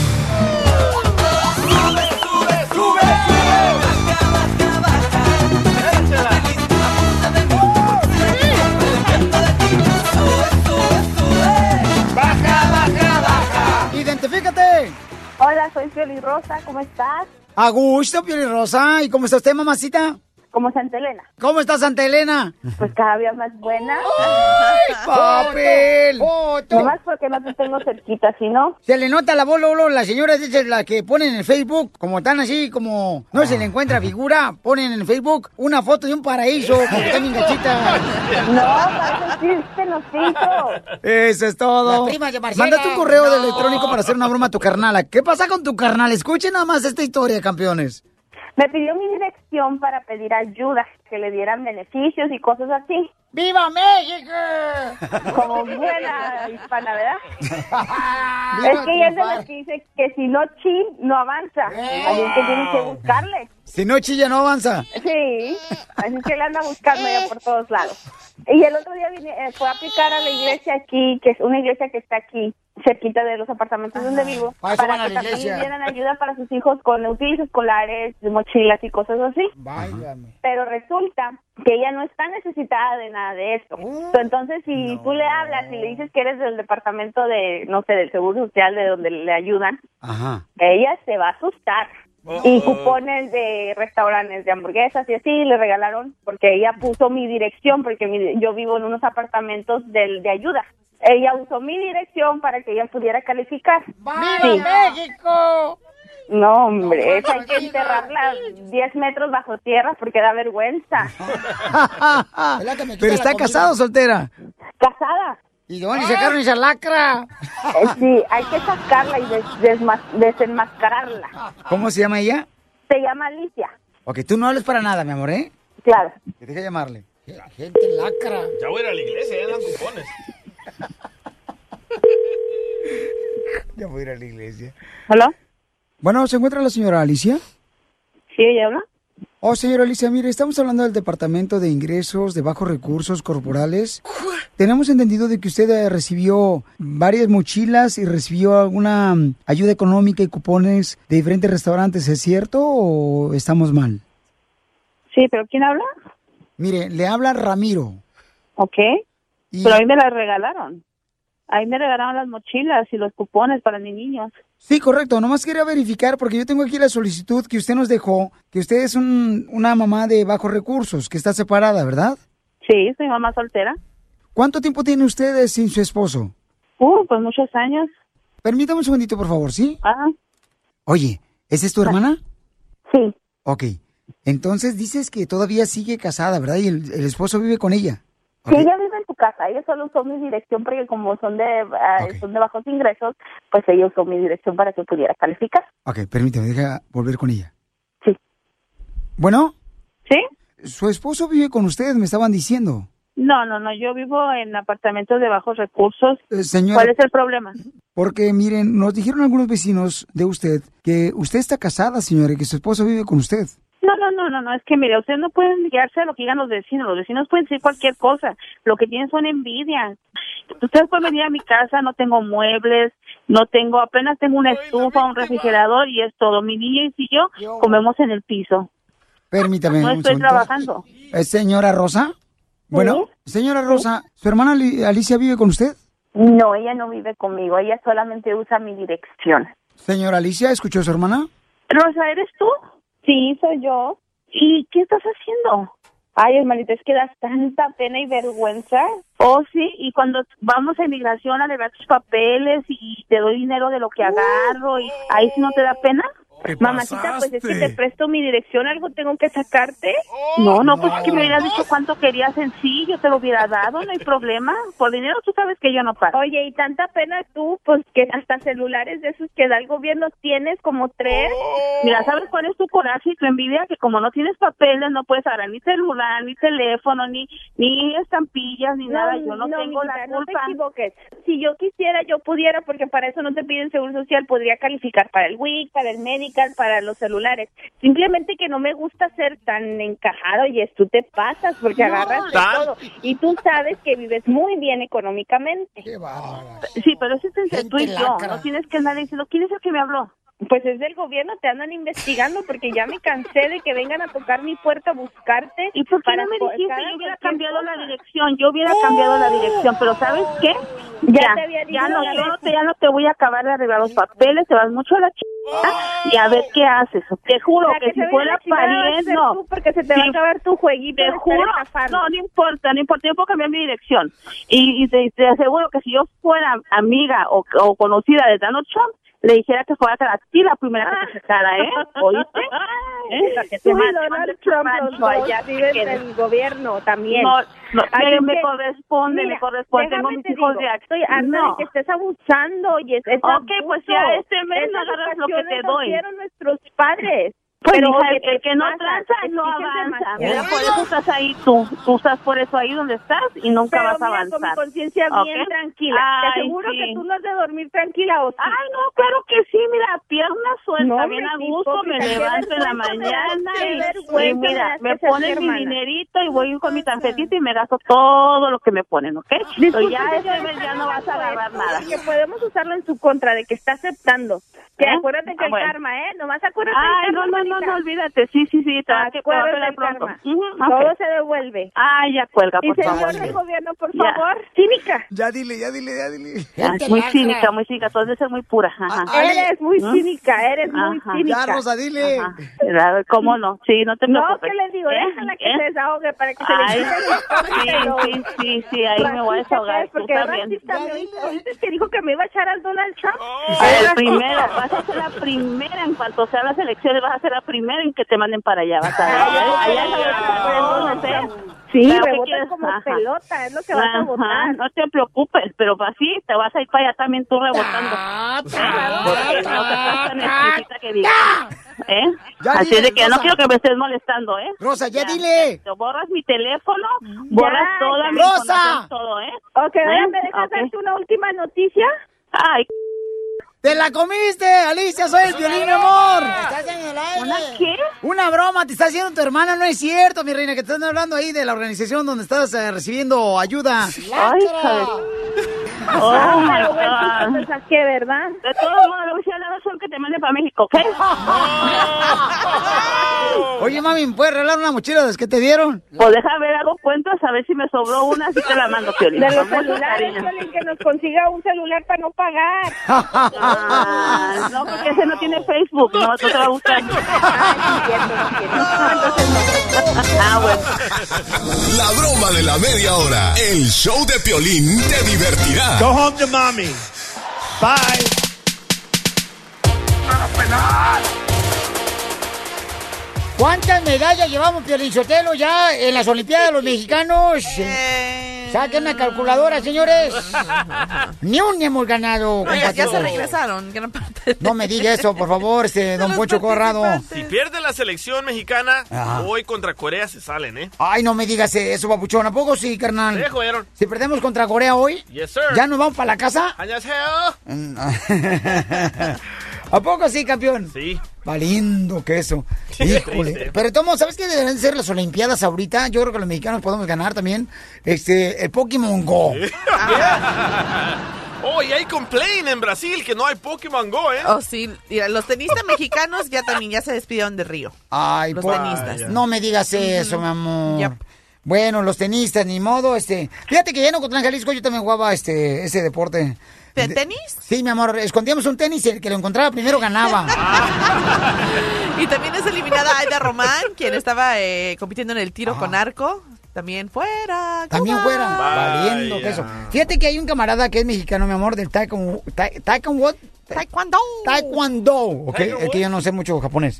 Identifícate. Hola, soy Pioli Rosa, ¿cómo estás? A gusto, Pioli Rosa. ¿Y cómo está usted, mamacita? Como Santa Elena. ¿Cómo está Santa Elena? Pues cada día más buena. ¡Ay, papel! No más porque no te tengo cerquita, ¿sí no? Se le nota la voz, las señoras la que ponen en el Facebook, como están así, como no se le encuentra figura, ponen en el Facebook una foto de un paraíso, como están bien gachitas. No, para eso existe los filtros. Eso es todo. La prima de Marcela. Mándate un correo electrónico para hacer una broma a tu carnala. ¿Qué pasa con tu carnal? Escuchen nada más esta historia, campeones. Me pidió mi dirección para pedir ayuda, que le dieran beneficios y cosas así. ¡Viva México! Como buena hispana, ¿verdad? Es que ella es de las que dice que si no chill, no avanza. Así que tiene que buscarle. Si no chilla, no avanza. Sí, así que le anda buscando ya por todos lados. Y el otro día fue a aplicar a la iglesia aquí, que es una iglesia que está aquí, cerquita de los apartamentos donde vivo, para que también dieran ayuda para sus hijos con útiles escolares, mochilas y cosas así. Váyame. Pero resulta resulta que ella no está necesitada de nada de eso. Entonces, si tú le hablas y le dices que eres del departamento de, no sé, del Seguro Social, de donde le ayudan, ella se va a asustar. Y cupones de restaurantes de hamburguesas y así le regalaron, porque ella puso mi dirección, porque yo vivo en unos apartamentos de ayuda. Ella usó mi dirección para que ella pudiera calificar. ¡Viva México! No, hombre, esa hay que enterrarla 10 metros bajo tierra porque da vergüenza. ¿Pero está casada o soltera? Casada. ¿Y de dónde sacaron esa lacra? Sí, hay que sacarla y desenmascararla. ¿Cómo se llama ella? Se llama Alicia. Ok, tú no hables para nada, mi amor, ¿eh? Claro. Que deje llamarle. La gente lacra. Ya voy a ir a la iglesia, ya dan cupones. Ya voy a ir a la iglesia. ¿Hola? Bueno, ¿se encuentra la señora Alicia? Sí, ella habla. Oh, señora Alicia, mire, estamos hablando del Departamento de Ingresos de Bajos Recursos Corporales. Tenemos entendido de que usted recibió varias mochilas y recibió alguna ayuda económica y cupones de diferentes restaurantes. ¿Es cierto o estamos mal? Sí, ¿pero quién habla? Mire, le habla Ramiro. Ok, pero a mí me las regalaron. A mí me regalaron las mochilas y los cupones para mis niños. Sí, correcto. Nomás quería verificar porque yo tengo aquí la solicitud que usted nos dejó, que usted es una mamá de bajos recursos, que está separada, ¿verdad? Sí, soy mamá soltera. ¿Cuánto tiempo tiene usted sin su esposo? Pues muchos años. Permítame un segundito, por favor, ¿sí? Ah. Oye, ¿esa es tu hermana? Sí. Ok. Entonces dices que todavía sigue casada, ¿verdad? Y el esposo vive con ella. Sí, ella vive en tu casa. Ella solo usó mi dirección porque como son de bajos ingresos, pues ella usó mi dirección para que pudiera calificar. Ok, permíteme, deja volver con ella. Sí. ¿Bueno? ¿Sí? Su esposo vive con ustedes, me estaban diciendo. No, yo vivo en apartamentos de bajos recursos. Señora, ¿cuál es el problema? Porque, miren, nos dijeron algunos vecinos de usted que usted está casada, señora, y que su esposo vive con usted. No, es que mire, ustedes no pueden guiarse a lo que digan los vecinos pueden decir cualquier cosa, lo que tienen son envidia. Ustedes pueden venir a mi casa, no tengo muebles, apenas tengo una estufa, un refrigerador y es todo. Mi niña y yo comemos en el piso. Permítame. No estoy trabajando. ¿Es señora Rosa? Bueno, señora Rosa, ¿su hermana Alicia vive con usted? No, ella no vive conmigo, ella solamente usa mi dirección. Señora Alicia, ¿escuchó a su hermana? Rosa, ¿eres tú? Sí, soy yo. ¿Y qué estás haciendo? Ay, hermanita, es que das tanta pena y vergüenza. Oh, sí, y cuando vamos a inmigración a levar tus papeles y te doy dinero de lo que agarro, y ahí sí no te da pena. Mamacita, pues es que te presto mi dirección, algo tengo que sacarte. No, pues es que me hubieras dicho cuánto querías en sí, yo te lo hubiera dado, no hay problema. Por dinero tú sabes que yo no pago. Oye, y tanta pena tú, pues que hasta celulares de esos que da el gobierno tienes, como 3. Mira, ¿sabes cuál es tu coraje y tu envidia? Que como no tienes papeles, no puedes agarrar ni celular, ni teléfono, ni estampillas, ni nada. Yo no tengo la culpa. No te equivoques. Si yo quisiera, yo pudiera, porque para eso no te piden seguro social, podría calificar para el WIC, para el médico, para los celulares. Simplemente que no me gusta ser tan encajado y tú te pasas porque agarras de todo. Y tú sabes que vives muy bien económicamente. Qué bárbara. Sí, pero eso es entre tú y yo. No tienes que andar diciendo, ¿quién es el que me habló? Pues es del gobierno, te andan investigando porque ya me cansé de que vengan a tocar mi puerta a buscarte. ¿Y por qué no me dijiste? Yo hubiera cambiado la dirección, pero ¿sabes qué? Ya te había dicho. Ya no te voy a acabar de arreglar los papeles, te vas mucho a la y a ver qué haces. Te juro que si fuera pariente, no. Porque se te va a acabar tu jueguito. Te juro, no importa, yo puedo cambiar mi dirección. Y te aseguro que si yo fuera amiga o conocida de Donald Trump, le dijera que fuera a ti la primera que te sacara, ¿eh? ¿Oíste? Que te Donald Trump allá vive en el gobierno también. Me corresponde. Tengo mis hijos de aquí. Estoy harta de que estés abusando. Y pues ya este mes no agarras lo que te doy. Nuestros padres. Pero el que no tranza no avanza. Mira, por eso estás ahí tú estás por eso ahí donde estás y nunca vas a avanzar. Con mi conciencia bien tranquila. Te aseguro que tú no has de dormir tranquila, ¿o sí? Ay, no, claro que sí, mira, pierna suelta, bien a gusto, me levanto en la mañana y mira, me ponen mi dinerito y voy con mi tarjetita y me gasto todo lo que me ponen, ¿ok? Pero ya ese mes ya no vas a agarrar nada. Que podemos usarlo en su contra, de que está aceptando. Que acuérdate que el karma, nomás acuérdate del karma. olvídate. Sí. Te va a pegar pronto. Todo se devuelve. Ay, ya cuelga, por favor. Señor del gobierno, por favor. Cínica. Ya dile. Muy cínica. Tú debes ser muy pura. Eres muy cínica, Ya, Rosa, dile. ¿Cómo no? Sí, no te preocupes. No, ¿qué le digo? Déjala que se desahogue para que se le quite. Sí, ahí me voy a desahogar. Porque ¿oíste que dijo que me iba a echar al Donald Trump? El primero, vas a ser la primera en cuanto sean las elecciones, vas a ser la primera en que te manden para allá. Vas a ver. Allá sí, rebotas como pelota, es lo que vas a votar. No te preocupes, pero así te vas a ir para allá también tú rebotando. Porque no te estás tan exquisita que digas. Así es de que no quiero que me estés molestando, Rosa, ya dile. Te borras mi teléfono, borras toda mi información, todo, Ok, ¿me dejas darte una última noticia? Ay, ¡te la comiste, Alicia! ¡Soy el Piolín, mi amor! ¡Estás en el aire! ¿Una qué? Una broma, te está haciendo tu hermana, no es cierto, mi reina, que te están hablando ahí de la organización donde estás recibiendo ayuda. ¡Ay, my God! ¿Qué, verdad? De todos modos, le voy a decir a la razón que te mande para México, ¿ok? Oye, mami, ¿me puedes regalar una mochila de las que te dieron? Pues deja ver, hago cuentas, a ver si me sobró una, así te la mando, Piolín. De los celulares, Piolín, que nos consiga un celular para no pagar. No, porque ese no tiene Facebook, no te va a gustar. Bueno. La broma de la media hora. El show de Piolín te divertirá. Go home to mommy. Bye. ¿Cuántas medallas llevamos, Piolín Sotelo, ya en las Olimpiadas de los mexicanos? Saquen una calculadora, señores. Ni un hemos ganado. No, ya se regresaron. Gran parte. No me diga eso, por favor, don Poncho Corrado. Si pierde la selección mexicana, hoy contra Corea se salen, Ay, no me digas eso, papuchón. ¿A poco sí, carnal? Sí, jugaron. Si perdemos contra Corea hoy, yes, sir. ¿ya nos vamos para la casa? ¿A poco sí, campeón? Sí. Valiendo queso. Híjole. Pero Tomo, ¿sabes qué deberían ser las Olimpiadas ahorita? Yo creo que los mexicanos podemos ganar también. El Pokémon Go. Oh, y hay complaint en Brasil que no hay Pokémon Go, Oh, sí. Mira, los tenistas mexicanos ya se despidieron de Río. Ay, los tenistas. No me digas eso, mi amor. Yep. Bueno, los tenistas, ni modo, Fíjate que ya en Ocotlán, Jalisco, yo también jugaba ese deporte. ¿De tenis? Sí, mi amor, escondíamos un tenis y el que lo encontraba primero ganaba. Y también es eliminada Aida Román, quien estaba compitiendo en el tiro con arco. También fuera. También fuera. Valiendo queso. Fíjate que hay un camarada que es mexicano, mi amor, del Taekwondo. Taekwondo, ¿ok? Es que yo no sé mucho japonés.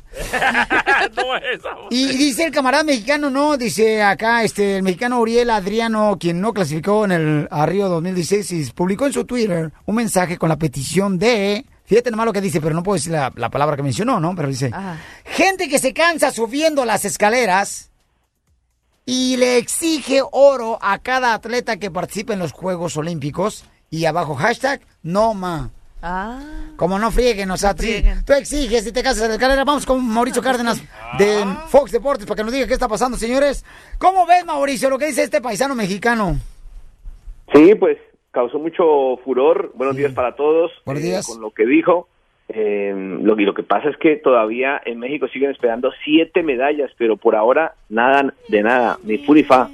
Y dice el camarada mexicano, ¿no? Dice acá, el mexicano Uriel Adriano, quien no clasificó a Río 2016, y publicó en su Twitter un mensaje con la petición de... Fíjate nomás lo que dice, pero no puedo decir la palabra que mencionó, ¿no? Pero dice, gente que se cansa subiendo las escaleras y le exige oro a cada atleta que participe en los Juegos Olímpicos. Y abajo, hashtag, no ma. Como no frieguen, o sea, tú exiges y te casas en la escalera. Vamos con Mauricio Cárdenas de Fox Deportes para que nos diga qué está pasando, señores. ¿Cómo ves, Mauricio, lo que dice este paisano mexicano? Sí, pues causó mucho furor. Buenos días para todos. Buenos días. Con lo que dijo. Lo que pasa es que todavía en México siguen esperando 7 medallas, pero por ahora nada de nada, ni fu ni fa.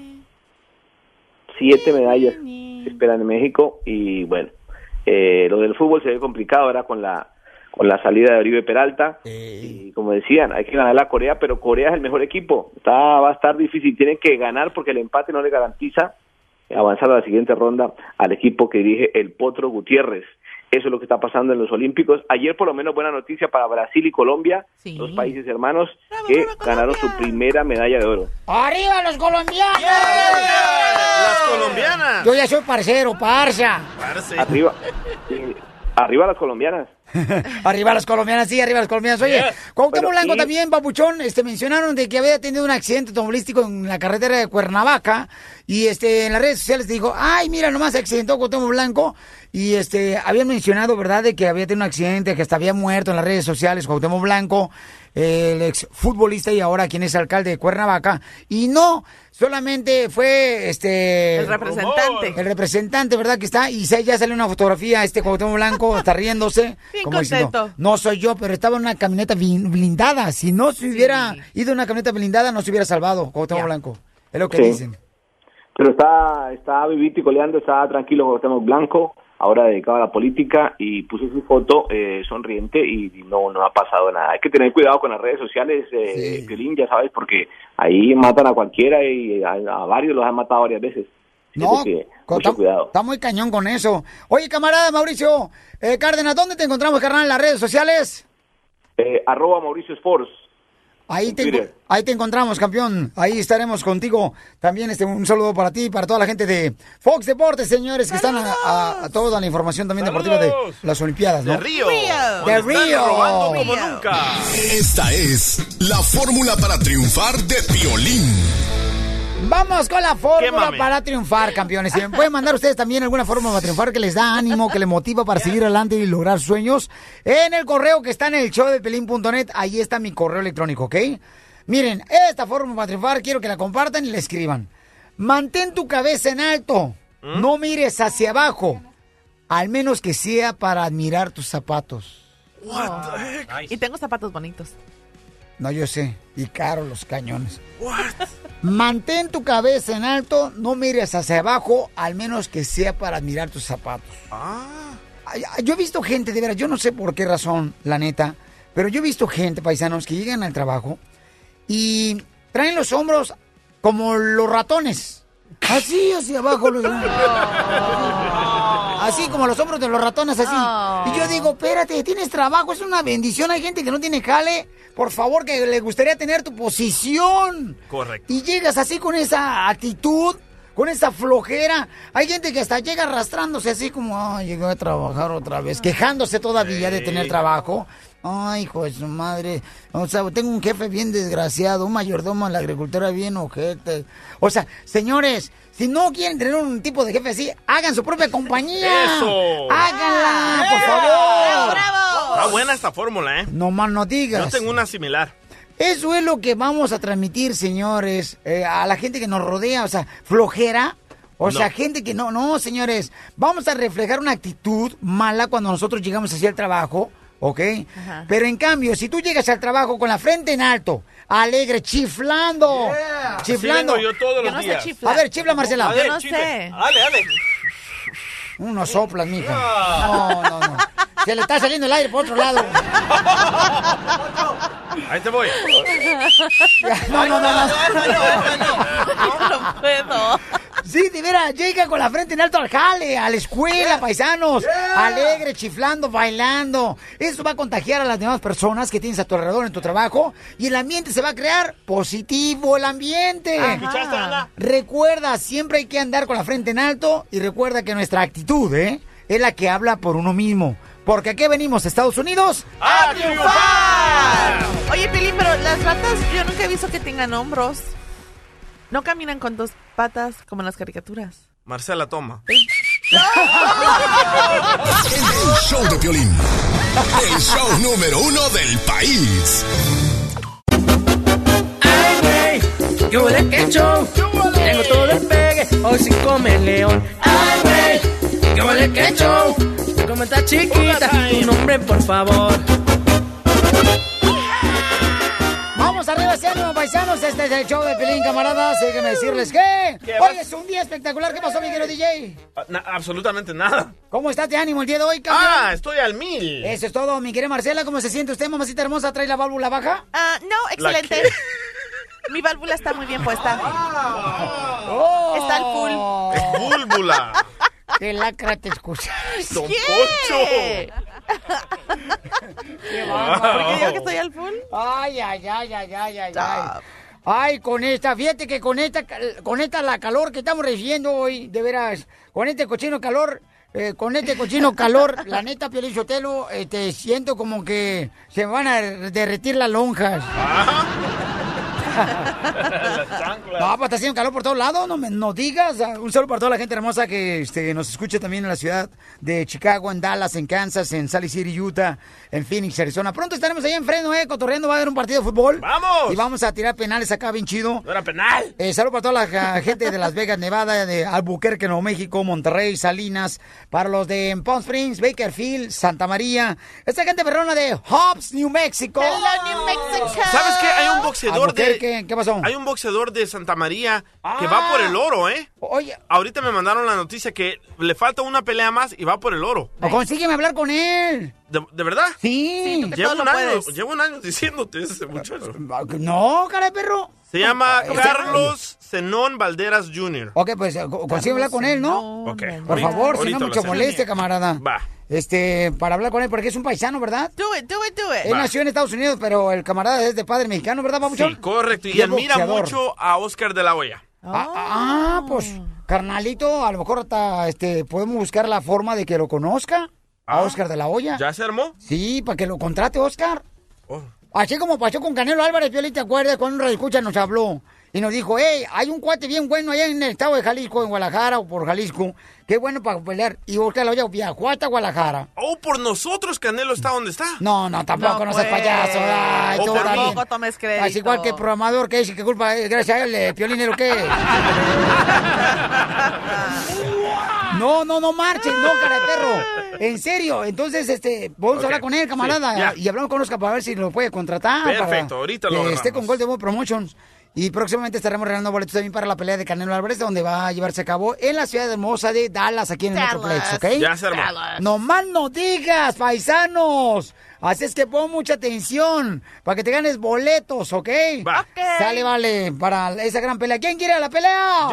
7 medallas se esperan en México y bueno. Lo del fútbol se ve complicado ahora con la salida de Oribe Peralta y como decían, hay que ganar a Corea, pero Corea es el mejor equipo, va a estar difícil, tienen que ganar porque el empate no le garantiza avanzar a la siguiente ronda al equipo que dirige el Potro Gutiérrez. Eso es lo que está pasando en los Olímpicos. Ayer por lo menos buena noticia para Brasil y Colombia, dos países hermanos que ganaron su primera medalla de oro. ¡Arriba los colombianos! ¡Las colombianas! Yo ya soy parcero, parza. Arriba las colombianas. Arriba las colombianas, sí, arriba las colombianas. Oye, Cuauhtémoc Blanco también, papuchón, mencionaron de que había tenido un accidente automovilístico en la carretera de Cuernavaca y en las redes sociales dijo, ay, mira, nomás se accidentó Cuauhtémoc Blanco Y habían mencionado, ¿verdad?, de que había tenido un accidente, que hasta había muerto en las redes sociales, Cuauhtémoc Blanco, el exfutbolista y ahora quien es alcalde de Cuernavaca. Y no, solamente fue el representante. El representante, ¿verdad?, que está, y ya salió una fotografía, Cuauhtémoc Blanco está riéndose. Bien como contento. Diciendo, no soy yo, pero estaba en una camioneta blindada. Si no se hubiera ido en una camioneta blindada, no se hubiera salvado Cuauhtémoc Blanco. Es lo que dicen. Pero está vivito y coleando, está tranquilo Cuauhtémoc Blanco, ahora dedicado a la política, y puso su foto sonriente y no ha pasado nada. Hay que tener cuidado con las redes sociales, Piolín, ya sabes, porque ahí matan a cualquiera y a varios los han matado varias veces. No, mucho cuidado. Está muy cañón con eso. Oye, camarada Mauricio Cárdenas, ¿dónde te encontramos, carnal, en las redes sociales? @Mauricio Sports. Ahí te encontramos, campeón. Ahí estaremos contigo. También un saludo para ti y para toda la gente de Fox Deportes, señores, que están a toda la información también deportiva de las Olimpiadas, ¿no? De Río. De Río. Robando como nunca. Esta es la fórmula para triunfar de Piolín. Vamos con la fórmula para triunfar, campeones. Si me pueden mandar ustedes también alguna fórmula para triunfar que les da ánimo, que les motiva para seguir adelante y lograr sueños, en el correo que está en el showdepiolín.net, ahí está mi correo electrónico, ¿ok? Miren, esta fórmula para triunfar quiero que la compartan y la escriban. Mantén tu cabeza en alto, no mires hacia abajo, al menos que sea para admirar tus zapatos. What the heck? Y tengo zapatos bonitos. No, yo sé, y caros los cañones. Mantén tu cabeza en alto, no mires hacia abajo, al menos que sea para admirar tus zapatos. Yo he visto gente, de veras, yo no sé por qué razón, la neta, pero yo he visto gente, paisanos, que llegan al trabajo y traen los hombros como los ratones. Así hacia abajo. Así como los hombros de los ratones, así. Y yo digo, espérate, tienes trabajo, es una bendición. Hay gente que no tiene jale, por favor, que le gustaría tener tu posición. Correcto. Y llegas así con esa actitud, con esa flojera. Hay gente que hasta llega arrastrándose así como, llegué a trabajar otra vez, quejándose todavía de tener trabajo. Ay, hijo de su madre. O sea, tengo un jefe bien desgraciado, un mayordomo en la agricultura bien ojete. O sea, señores, si no quieren tener un tipo de jefe así, hagan su propia compañía. ¡Eso! ¡Háganla, por favor! ¡Bravo! Está buena esta fórmula, ¿eh? No más no digas. Yo tengo una similar. Eso es lo que vamos a transmitir, señores, a la gente que nos rodea. O sea, flojera. O sea, gente que no, señores. Vamos a reflejar una actitud mala cuando nosotros llegamos hacia el trabajo. ¿Ok? Ajá. Pero en cambio, si tú llegas al trabajo con la frente en alto, alegre, chiflando, chiflando. Yo todos los días. A ver, chifla, Marcela. Yo no sé. Dale. Unos soplas, mija. No. Se le está saliendo el aire por otro lado. Ahí te voy. No. No puedo. Sí, de veras, llega con la frente en alto al jale, a la escuela, paisanos. Alegre, chiflando, bailando. Eso va a contagiar a las demás personas que tienes a tu alrededor en tu trabajo. Y el ambiente se va a crear positivo, el ambiente. ¿Escuchaste, Ana? Recuerda, siempre hay que andar con la frente en alto. Y recuerda que nuestra actitud, es la que habla por uno mismo. Porque aquí venimos, Estados Unidos, ¡a triunfar! Oye, Piolín, pero las ratas yo nunca he visto que tengan hombros. No caminan con dos patas como en las caricaturas. Marcela, toma. El show de Piolín. El show número 1 del país. Ay, güey, ¿qué huele que show? Tengo todo el pegue, hoy sí come el león. Ay, güey, ¿qué huele que show? Como está chiquita, tu nombre, por favor. Vamos arriba, ánimo, paisanos. Este es el show de Piolín, camaradas. Déjenme decirles que hoy es un día espectacular. ¿Qué pasó, mi querido DJ? Absolutamente nada. ¿Cómo está de ánimo el día de hoy, campeón? Estoy al 1000. Eso es todo, mi querida Marcela. ¿Cómo se siente usted, mamacita hermosa? ¿Trae la válvula baja? No, excelente. Mi válvula está muy bien puesta. Está al full. Es válvula. ¡Qué lacra te escuchas! ¡Don Poncho! ¡Qué bárbaro! ¿Por qué digo que estoy al full? Ay. Ay, con esta, fíjate que con esta la calor que estamos recibiendo hoy, de veras, con este cochino calor, la neta, Piolín Sotelo, siento como que se me van a derretir las lonjas. No, pues está haciendo calor por todos lados, no digas. Un saludo para toda la gente hermosa que nos escucha también en la ciudad de Chicago, en Dallas, en Kansas, en Salt Lake City, Utah, en Phoenix, Arizona. Pronto estaremos ahí en Fresno, cotorreando, va a haber un partido de fútbol. ¡Vamos! Y vamos a tirar penales acá bien chido. ¡No era penal! Saludo para toda la gente de Las Vegas, Nevada, de Albuquerque, Nuevo México, Monterrey, Salinas, para los de Palm Springs, Bakerfield, Santa María, esta gente perrona de Hobbs, New Mexico. Hello, New Mexico. ¿Sabes qué? Hay un boxeador ¿Qué pasó? Hay un boxeador de Santa María que va por el oro, Oye. Ahorita me mandaron la noticia que le falta una pelea más y va por el oro. Consígueme hablar con él. ¿De verdad? Sí. Llevo un año diciéndote ese muchacho. No, cara de perro. Se llama Carlos Zenón Valderas Jr. Ok, pues consigue hablar con él, ¿no? Ok. Por favor, si no mucho moleste, camarada. Va. Para hablar con él, porque es un paisano, ¿verdad? Do it. Él nació en Estados Unidos, pero el camarada es de padre mexicano, ¿verdad, papuchón? Sí, correcto. Y admira mucho a Oscar de la Hoya. Pues, carnalito, a lo mejor hasta podemos buscar la forma de que lo conozca a Oscar de la Hoya. ¿Ya se armó? Sí, para que lo contrate, Oscar. Así como pasó con Canelo Álvarez, Piolín, ¿te acuerdas? Cuando un radioescucha nos habló y nos dijo, hay un cuate bien bueno allá en el estado de Jalisco, en Guadalajara o por Jalisco, que es bueno para pelear. Y Oscar de la Hoya viajó hasta Guadalajara. Por nosotros Canelo está donde está. No, tampoco, no seas payaso. Ay, tú tampoco tomes crédito. Así igual que el programador que dice que culpa es gracias a él, Piolín, ¿es lo que? No marchen, no, cara de perro. En serio, entonces, vamos a hablar con él, camarada, y hablamos con Oscar para ver si lo puede contratar. Perfecto, ahorita lo que esté con Golden Boy Promotions. Y próximamente estaremos regalando boletos también para la pelea de Canelo Álvarez, donde va a llevarse a cabo en la ciudad hermosa de Dallas, aquí en el Metroplex, ¿ok? Ya se armó. No más no digas, paisanos. Así es que pon mucha atención para que te ganes boletos, ¿ok? Va. Okay. Sale, vale, para esa gran pelea. ¿Quién quiere ir a la pelea?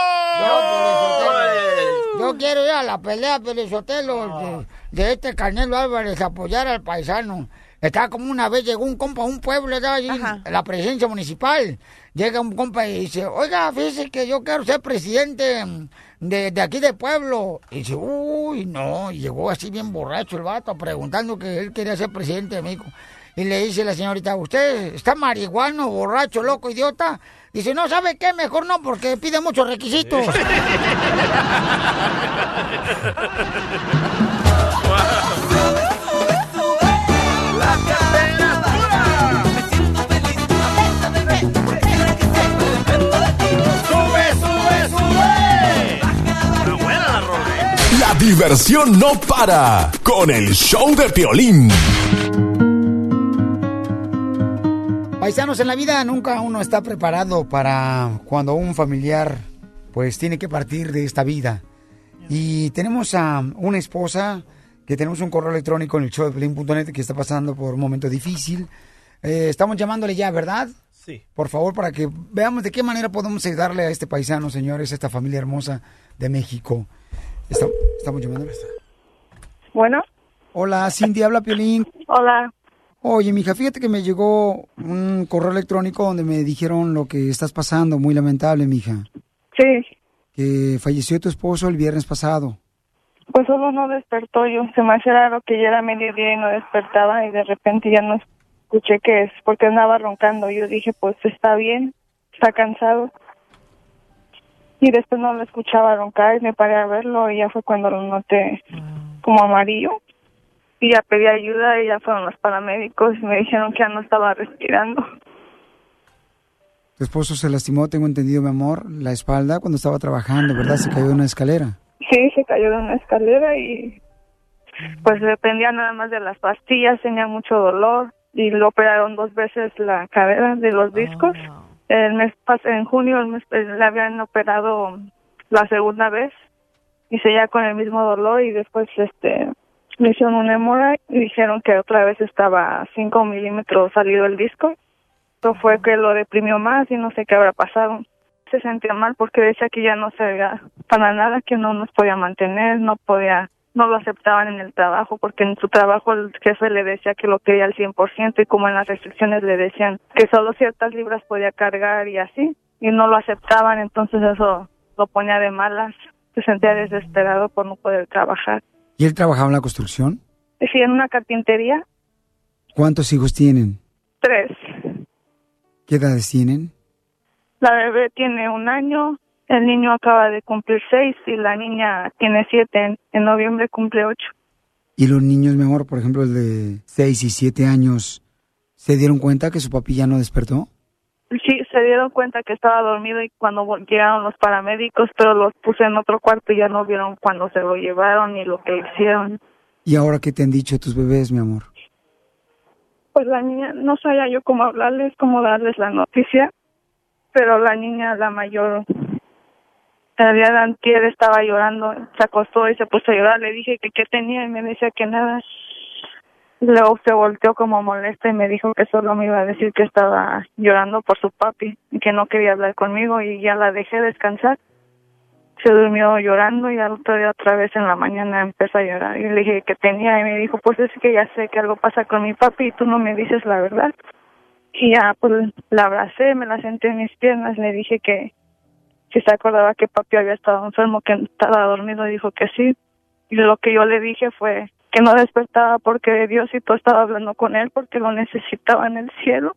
Yo quiero ir a la pelea, Pelizotelo, de Canelo Álvarez, apoyar al paisano. Estaba como una vez, llegó un compa a un pueblo, allí en la presidencia municipal. Llega un compa y dice, oiga, fíjese que yo quiero ser presidente de aquí del pueblo. Y dice, uy, no, y llegó así bien borracho el vato, preguntando que él quería ser presidente de México. Y le dice la señorita, ¿usted está marihuano, borracho, loco, idiota? Dice, no, ¿sabe qué? Mejor no, porque pide muchos requisitos. La diversión no para con el show de Piolín. Paisanos, en la vida nunca uno está preparado para cuando un familiar pues tiene que partir de esta vida. Y tenemos a una esposa que tenemos un correo electrónico en el showdepiolín.net que está pasando por un momento difícil. Estamos llamándole ya, ¿verdad? Sí. Por favor, para que veamos de qué manera podemos ayudarle a este paisano, señores, a esta familia hermosa de México. Estamos llamando. Bueno. Hola, Cindy, habla Piolín. Hola. Oye, mija, fíjate que me llegó un correo electrónico donde me dijeron lo que estás pasando, muy lamentable, mija. Sí. Que falleció tu esposo el viernes pasado. Pues solo no despertó yo. Se me hacía raro que ya era mediodía y no despertaba y de repente ya no escuché qué es, porque andaba roncando. Yo dije, pues está bien, está cansado. Y después no lo escuchaba roncar y me paré a verlo y ya fue cuando lo noté como amarillo. Y ya pedí ayuda y ya fueron los paramédicos y me dijeron que ya no estaba respirando. Tu esposo se lastimó, tengo entendido, mi amor, la espalda cuando estaba trabajando, ¿verdad? Se cayó de una escalera. Sí, se cayó de una escalera y pues dependía nada más de las pastillas, tenía mucho dolor y lo operaron 2 veces la cadera de los discos. El mes en junio le habían operado la segunda vez y seguía con el mismo dolor y después le hicieron un MRI y dijeron que otra vez estaba a 5 milímetros salido el disco. Eso fue que lo deprimió más y no sé qué habrá pasado. Se sentía mal porque decía que ya no se veía para nada, que no nos podía mantener, no lo aceptaban en el trabajo porque en su trabajo el jefe le decía que lo quería al 100% y como en las restricciones le decían que solo ciertas libras podía cargar y así, y no lo aceptaban, entonces eso lo ponía de malas, se sentía desesperado por no poder trabajar. ¿Y él trabajaba en la construcción? Sí, en una carpintería. ¿Cuántos hijos tienen? 3. ¿Qué edades tienen? La bebé tiene 1 año, el niño acaba de cumplir 6 y la niña tiene 7. En noviembre cumple 8. ¿Y los niños, mi amor, por ejemplo, el de 6 y 7 años, se dieron cuenta que su papi ya no despertó? Sí, se dieron cuenta que estaba dormido y cuando llegaron los paramédicos, pero los puse en otro cuarto y ya no vieron cuando se lo llevaron ni lo que hicieron. ¿Y ahora qué te han dicho tus bebés, mi amor? Pues la niña, no sabía yo cómo hablarles, cómo darles la noticia, pero la niña, la mayor, el día de antier estaba llorando, se acostó y se puso a llorar, le dije que qué tenía y me decía que nada. Luego se volteó como molesta y me dijo que solo me iba a decir que estaba llorando por su papi y que no quería hablar conmigo y ya la dejé descansar. Se durmió llorando y al otro día otra vez en la mañana empezó a llorar y le dije que tenía y me dijo, pues es que ya sé que algo pasa con mi papi y tú no me dices la verdad. Y ya pues la abracé, me la senté en mis piernas, le dije que si se acordaba que papi había estado enfermo, que estaba dormido, dijo que sí. Y lo que yo le dije fue que no despertaba porque Diosito estaba hablando con él porque lo necesitaba en el cielo.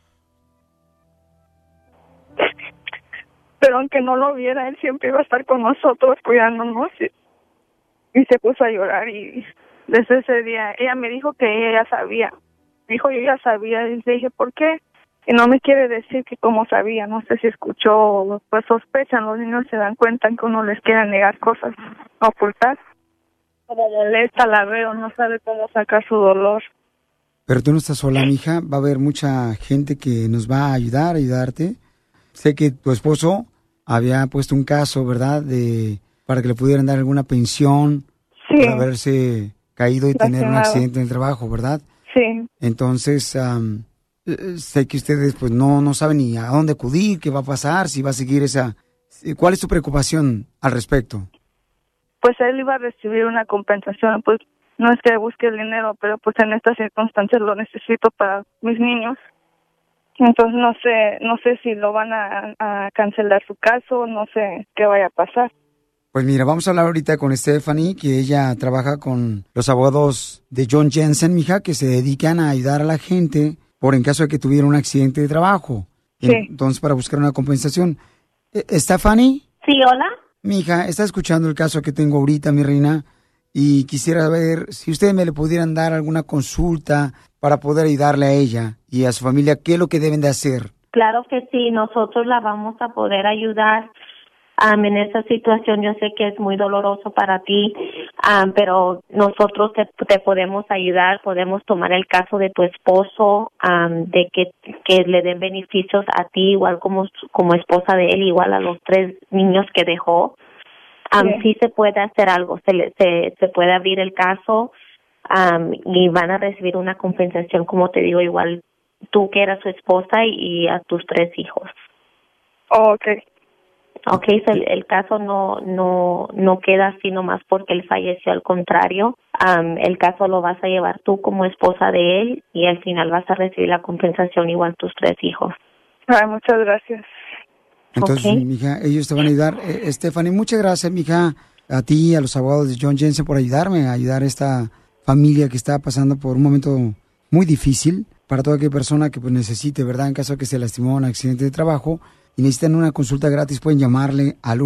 Pero aunque no lo viera, él siempre iba a estar con nosotros cuidándonos. Y se puso a llorar y desde ese día ella me dijo que ella sabía. Me dijo, yo ya sabía. Y le dije, ¿por qué? Y no me quiere decir que cómo sabía. No sé si escuchó o pues sospechan. Los niños se dan cuenta que uno les quiere negar cosas, ocultar. Como molesta, la veo, no sabe cómo sacar su dolor. Pero tú no estás sola, mija. Va a haber mucha gente que nos va a ayudarte. Sé que tu esposo había puesto un caso, ¿verdad? Para que le pudieran dar alguna pensión por haberse caído y tener un accidente en el trabajo, ¿verdad? Sí. Entonces, sé que ustedes pues no saben ni a dónde acudir, qué va a pasar, si va a seguir esa... ¿Cuál es tu preocupación al respecto? Pues él iba a recibir una compensación, pues no es que busque el dinero, pero pues en estas circunstancias lo necesito para mis niños. Entonces no sé si lo van a cancelar su caso, no sé qué vaya a pasar. Pues mira, vamos a hablar ahorita con Stephanie, que ella trabaja con los abogados de John Jensen, mija, que se dedican a ayudar a la gente por en caso de que tuviera un accidente de trabajo. Sí. Entonces, para buscar una compensación. ¿Stephanie? Sí, hola. Mija, está escuchando el caso que tengo ahorita, mi reina, y quisiera ver si ustedes me le pudieran dar alguna consulta para poder ayudarle a ella y a su familia, qué es lo que deben de hacer. Claro que sí, nosotros la vamos a poder ayudar en esta situación. Yo sé que es muy doloroso para ti, pero nosotros te podemos ayudar, podemos tomar el caso de tu esposo, de que le den beneficios a ti, igual como esposa de él, igual a los 3 niños que dejó. Sí se puede hacer algo, se puede abrir el caso y van a recibir una compensación, como te digo, igual tú que eras su esposa y a tus 3 hijos. Okay. Okay, so el caso no queda así nomás porque él falleció, al contrario, el caso lo vas a llevar tú como esposa de él y al final vas a recibir la compensación igual tus 3 hijos. Ay, muchas gracias. Entonces, mija, ellos te van a ayudar. Stephanie, muchas gracias, mija, a ti y a los abogados de John Jensen por ayudarme a ayudar a esta familia que está pasando por un momento muy difícil para toda aquella persona que pues necesite, ¿verdad? En caso de que se lastimó en un accidente de trabajo y necesitan una consulta gratis, pueden llamarle al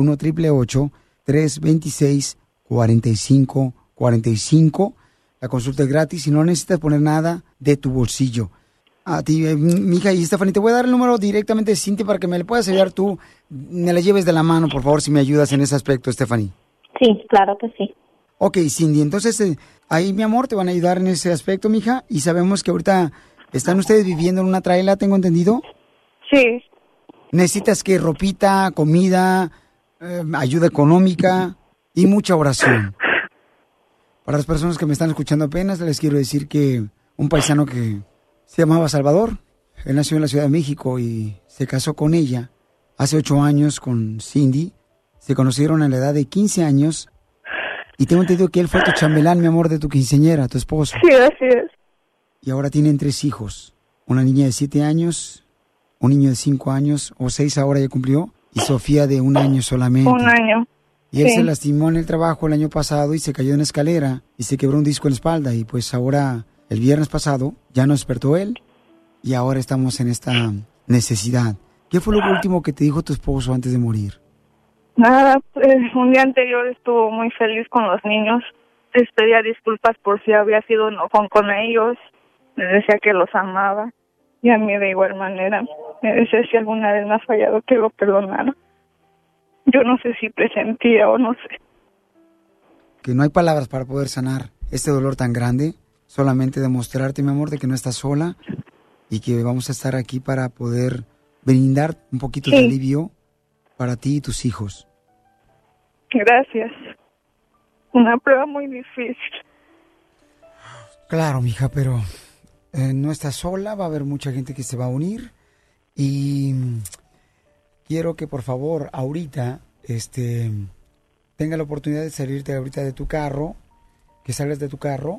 1-888-326-4545. La consulta es gratis y no necesitas poner nada de tu bolsillo. A ti, mija, y Stephanie, te voy a dar el número directamente de Cintia para que me le puedas ayudar tú. Me la lleves de la mano, por favor, si me ayudas en ese aspecto, Stephanie. Sí, claro que sí. Ok, Cindy, entonces ahí, mi amor, te van a ayudar en ese aspecto, mija. Y sabemos que ahorita están ustedes viviendo en una traila, ¿tengo entendido? Sí. Necesitas que ropita, comida, ayuda económica y mucha oración. Para las personas que me están escuchando apenas, les quiero decir que un paisano que se llamaba Salvador, él nació en la Ciudad de México y se casó con ella hace 8 años con Cindy. Se conocieron a la edad de 15 años y tengo entendido que él fue tu chambelán, mi amor, de tu quinceañera, tu esposo. Sí, así es. Y ahora tienen 3 hijos, una niña de 7 años, un niño de 5 años, o 6 ahora ya cumplió, y Sofía de 1 año solamente. 1 año. Y él se lastimó en el trabajo el año pasado y se cayó en la escalera y se quebró un disco en la espalda y pues ahora, el viernes pasado, ya no despertó él y ahora estamos en esta necesidad. ¿Qué fue lo último que te dijo tu esposo antes de morir? Nada, un día anterior estuvo muy feliz con los niños. Les pedía disculpas por si había sido enojón con ellos. Les decía que los amaba. Y a mí de igual manera. Me decía si alguna vez me ha fallado que lo perdonara. Yo no sé si presentía o no sé. Que no hay palabras para poder sanar este dolor tan grande. Solamente demostrarte, mi amor, de que no estás sola. Y que vamos a estar aquí para poder brindar un poquito de alivio para ti y tus hijos. Gracias. Una prueba muy difícil. Claro, mija, pero no estás sola, va a haber mucha gente que se va a unir y quiero que por favor ahorita tenga la oportunidad de salirte ahorita de tu carro, que salgas de tu carro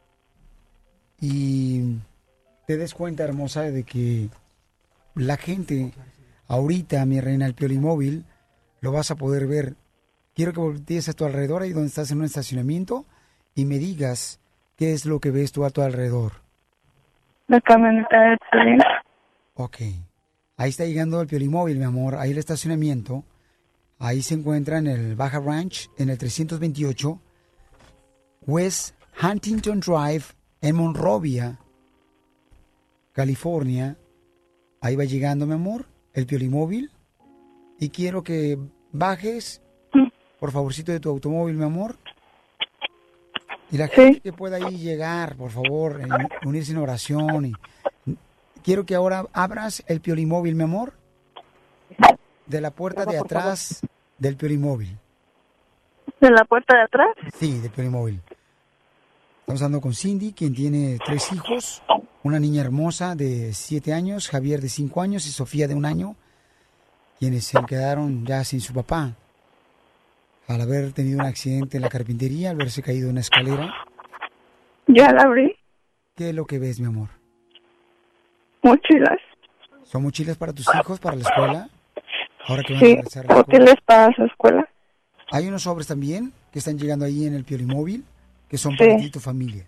y te des cuenta, hermosa, de que la gente ahorita, mi reina, el Piolín Móvil, lo vas a poder ver. Quiero que voltees a tu alrededor, ahí donde estás en un estacionamiento, y me digas qué es lo que ves tú a tu alrededor. La camioneta del Piolín. Ok. Ahí está llegando el Piolín Móvil, mi amor. Ahí el estacionamiento. Ahí se encuentra en el Baja Ranch, en el 328 West Huntington Drive, en Monrovia, California. Ahí va llegando, mi amor, el Piolín Móvil. Y quiero que bajes, por favorcito, de tu automóvil, mi amor. Y la gente que pueda ahí llegar, por favor, unirse en oración. Y quiero que ahora abras el Piolín Móvil, mi amor, de la puerta de atrás del Piolín Móvil. ¿De la puerta de atrás? Sí, del Piolín Móvil. Estamos hablando con Cindy, quien tiene 3 hijos. Una niña hermosa de 7 años, Javier de 5 años y Sofía de 1 año, quienes se quedaron ya sin su papá al haber tenido un accidente en la carpintería, al haberse caído en una escalera. Ya la abrí. ¿Qué es lo que ves, mi amor? Mochilas. ¿Son mochilas para tus hijos, para la escuela? Ahora que van a regresar a la escuela. ¿Útiles para su escuela? Hay unos sobres también que están llegando ahí en el Piolín Móvil, que son para ti y tu familia.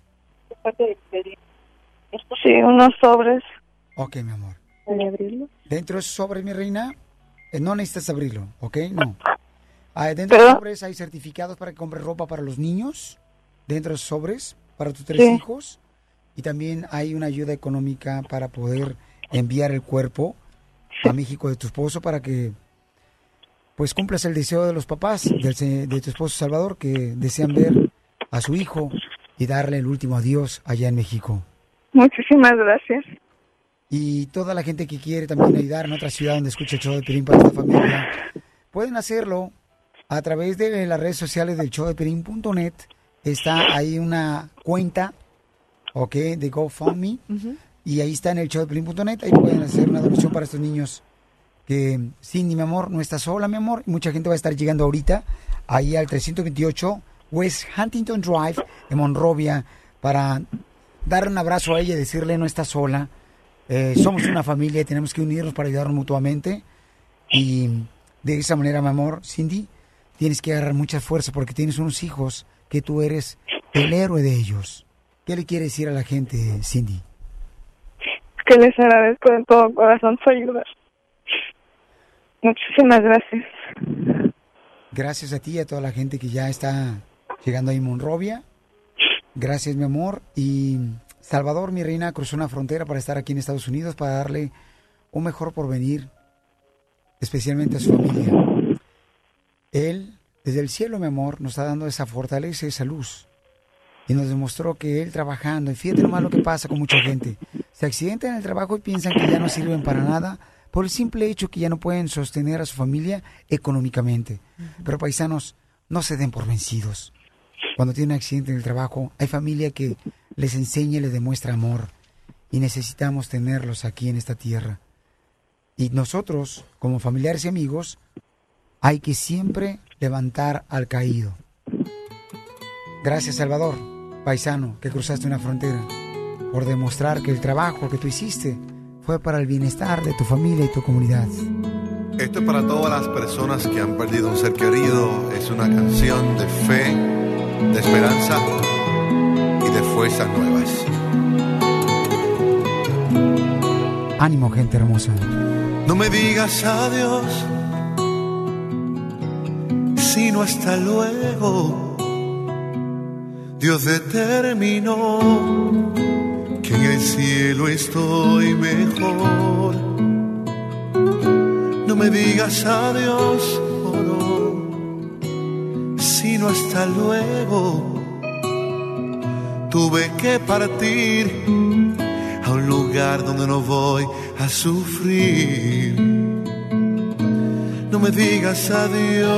Sí, unos sobres. Ok, mi amor. ¿Puede abrirlo? Dentro de esos sobres, mi reina, no necesitas abrirlo, ¿ok? No. Dentro de los sobres hay certificados para que compres ropa para los niños, dentro de esos sobres, para tus 3 hijos. Y también hay una ayuda económica para poder enviar el cuerpo a México de tu esposo para que pues cumplas el deseo de los papás, de tu esposo Salvador, que desean ver a su hijo y darle el último adiós allá en México. Muchísimas gracias. Y toda la gente que quiere también ayudar en otra ciudad donde escucha el show de Piolín para esta familia, pueden hacerlo a través de las redes sociales del showdepiolín.net. Está ahí una cuenta, ok, de GoFundMe, y ahí está en el showdepiolín.net. Ahí pueden hacer una donación para estos niños. Que Cindy, mi amor, no está sola, mi amor. Mucha gente va a estar llegando ahorita ahí al 328 West Huntington Drive en Monrovia para darle un abrazo a ella y decirle no está sola. Somos una familia y tenemos que unirnos para ayudarnos mutuamente. Y de esa manera, mi amor, Cindy, tienes que agarrar mucha fuerza porque tienes unos hijos que tú eres el héroe de ellos. ¿Qué le quieres decir a la gente, Cindy? Que les agradezco de todo corazón su ayuda. Muchísimas gracias. Gracias a ti y a toda la gente que ya está llegando ahí en Monrovia. Gracias, mi amor. Y Salvador, mi reina, cruzó una frontera para estar aquí en Estados Unidos, para darle un mejor porvenir, especialmente a su familia. Él, desde el cielo, mi amor, nos está dando esa fortaleza, esa luz. Y nos demostró que él trabajando, y fíjate nomás lo que pasa con mucha gente. Se accidentan en el trabajo y piensan que ya no sirven para nada por el simple hecho que ya no pueden sostener a su familia económicamente. Pero paisanos, no se den por vencidos. Cuando tienen un accidente en el trabajo, hay familia que les enseña y les demuestra amor. Y necesitamos tenerlos aquí en esta tierra. Y nosotros, como familiares y amigos, hay que siempre levantar al caído. Gracias, Salvador, paisano, que cruzaste una frontera, por demostrar que el trabajo que tú hiciste fue para el bienestar de tu familia y tu comunidad. Esto es para todas las personas que han perdido un ser querido. Es una canción de fe, de esperanza y de fuerzas nuevas. Ánimo, gente hermosa. No me digas adiós, sino hasta luego. Dios determinó que en el cielo estoy mejor. No me digas adiós, oh no, sino hasta luego. Tuve que partir a un lugar donde no voy a sufrir. No me digas adiós,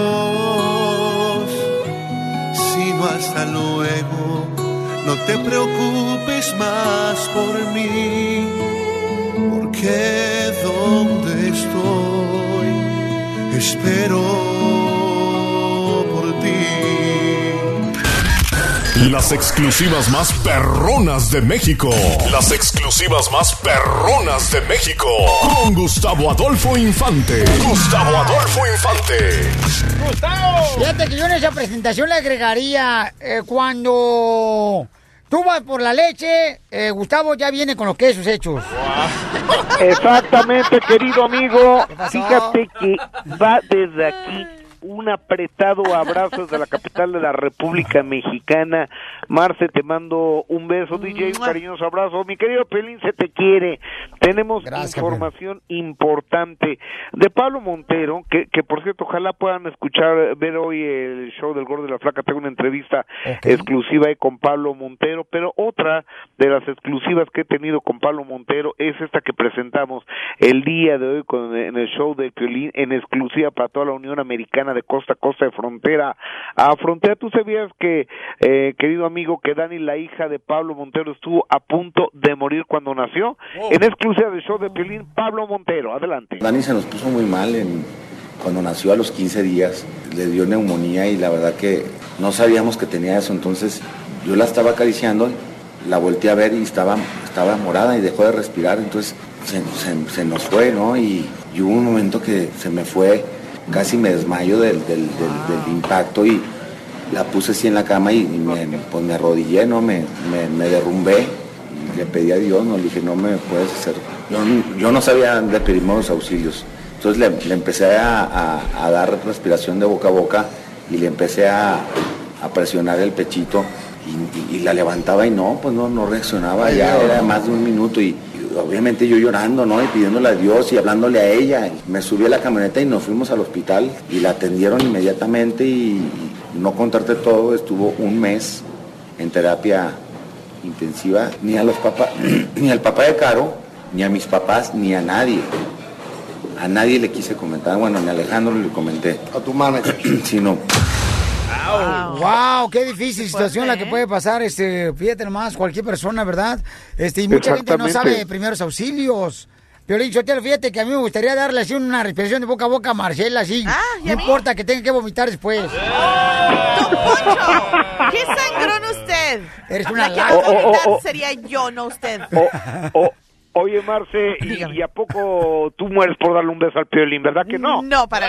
sino hasta luego. No te preocupes más por mí, porque donde estoy espero por ti. Las exclusivas más perronas de México. Las exclusivas más perronas de México. Con Gustavo Adolfo Infante. Gustavo Adolfo Infante. ¡Gustavo! Fíjate que yo en esa presentación le agregaría cuando tú vas por la leche, Gustavo ya viene con los quesos hechos. Exactamente, querido amigo. Fíjate que va desde aquí un apretado abrazo desde la capital de la República Mexicana. Marce, te mando un beso, DJ, un cariñoso abrazo. Mi querido Pelín, se te quiere. Tenemos información importante de Pablo Montero, que por cierto, ojalá puedan ver hoy el show del Gordo y la Flaca. Tengo una entrevista exclusiva ahí con Pablo Montero, pero otra de las exclusivas que he tenido con Pablo Montero es esta que presentamos el día de hoy en el show de Pelín, en exclusiva para toda la Unión Americana de costa a costa, de frontera a frontera. ¿Tú sabías que, querido amigo, que Dani, la hija de Pablo Montero, estuvo a punto de morir cuando nació? En exclusiva del show de Piolín, Pablo Montero, adelante. Dani se nos puso muy mal cuando nació a los 15 días, le dio neumonía y la verdad que no sabíamos que tenía eso, entonces yo la estaba acariciando, la volteé a ver y estaba morada y dejó de respirar, entonces se nos fue, ¿no? Y hubo un momento que se me fue, casi me desmayo del impacto y la puse así en la cama y me arrodillé, ¿no? Me derrumbé y le pedí a Dios, ¿no? Le dije, no me puedes hacer. Yo no sabía de primeros auxilios. Entonces le empecé a dar respiración de boca a boca y le empecé a presionar el pechito y la levantaba y no reaccionaba, ya era más de un minuto y obviamente yo llorando, ¿no? Y pidiéndole a Dios y hablándole a ella. Me subí a la camioneta y nos fuimos al hospital y la atendieron inmediatamente y no contarte todo, estuvo un mes en terapia intensiva. Ni al papá de Caro, ni a mis papás, ni a nadie. A nadie le quise comentar, bueno, ni a Alejandro le comenté. A tu manager. Sí, no. Wow, qué difícil situación la que puede pasar, fíjate nomás, cualquier persona, ¿verdad? Y mucha gente no sabe de primeros auxilios. Piolín Sotelo, fíjate que a mí me gustaría darle así una respiración de boca a boca a Marcela, así. No importa que tenga que vomitar después. ¡Don Poncho! ¿Qué sangrón usted? Eres una la que va a vomitar sería yo, no usted. Oye, Marce, ¿y a poco tú mueres por darle un beso al Piolín, verdad que no? No, para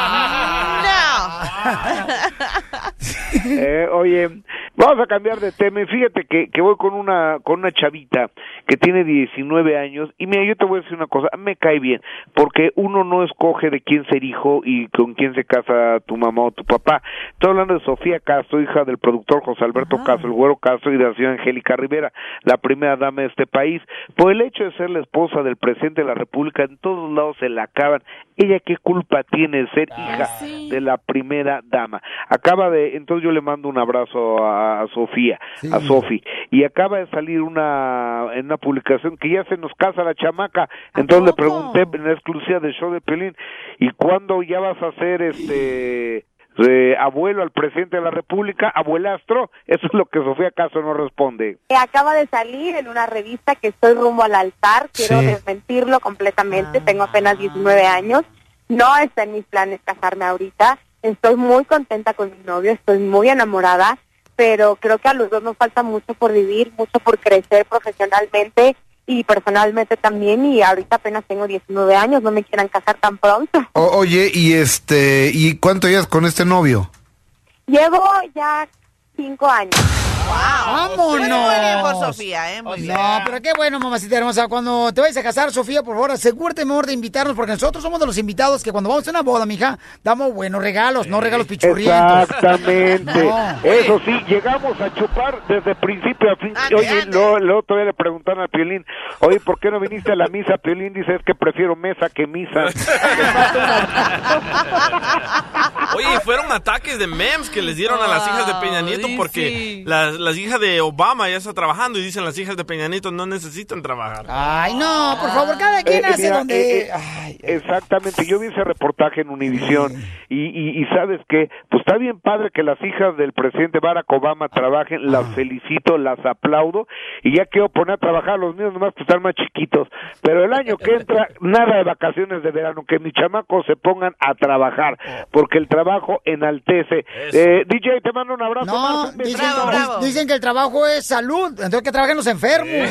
nada. No. Oye, vamos a cambiar de tema. Fíjate que voy con una chavita que tiene 19 años y mira, yo te voy a decir una cosa, me cae bien, porque uno no escoge de quién ser hijo y con quién se casa tu mamá o tu papá. Estoy hablando de Sofía Castro, hija del productor José Alberto Castro, el Güero Castro, y de la señora Angélica Rivera, la primera dama de este país. Por el hecho de ser la esposa del presidente de la República, en todos lados se la acaban. ¿Ella qué culpa tiene de ser hija de la primera dama? Entonces yo le mando un abrazo a Sofía, a Sofi, y acaba de salir en una publicación que ya se nos casa la chamaca. Entonces le pregunté en la exclusiva del show de Piolín, ¿y cuándo ya vas a ser abuelo al presidente de la República, abuelastro? Eso es lo que Sofía Castro no responde. Acaba de salir en una revista que estoy rumbo al altar, quiero desmentirlo completamente, tengo apenas 19 años, no está en mis planes casarme ahorita, estoy muy contenta con mi novio, estoy muy enamorada, pero creo que a los dos nos falta mucho por vivir, mucho por crecer profesionalmente y personalmente también, y ahorita apenas tengo 19 años, no me quieran casar tan pronto. Oye, ¿y cuánto llevas con este novio? Llevo ya 5 años. ¡Vámonos! Muy bien por Sofía, muy bien. No, pero qué bueno, mamacita hermosa. Cuando te vayas a casar, Sofía, por favor, asegúrate mejor de invitarnos, porque nosotros somos de los invitados que cuando vamos a una boda, mija, damos buenos regalos, no regalos pichurrientos. Exactamente. No. Eso sí, llegamos a chupar desde principio a fin. Oye, luego todavía le preguntaron a Piolín, oye, ¿por qué no viniste a la misa? Piolín dice, es que prefiero mesa que misa. Oye, fueron ataques de memes que les dieron a las hijas de Peña Nieto porque las hijas de Obama ya están trabajando y dicen las hijas de Peña Nieto no necesitan trabajar. Ay, no, por favor, cada quien hace donde... Exactamente, yo vi ese reportaje en Univisión y ¿sabes qué? Pues está bien padre que las hijas del presidente Barack Obama trabajen, las felicito, las aplaudo y ya quiero poner a trabajar a los míos nomás que están más chiquitos, pero el año que entra, nada de vacaciones de verano, que mis chamacos se pongan a trabajar, porque el trabajo enaltece. DJ, te mando un abrazo. No, dicen que el trabajo es salud, entonces que trabajen los enfermos.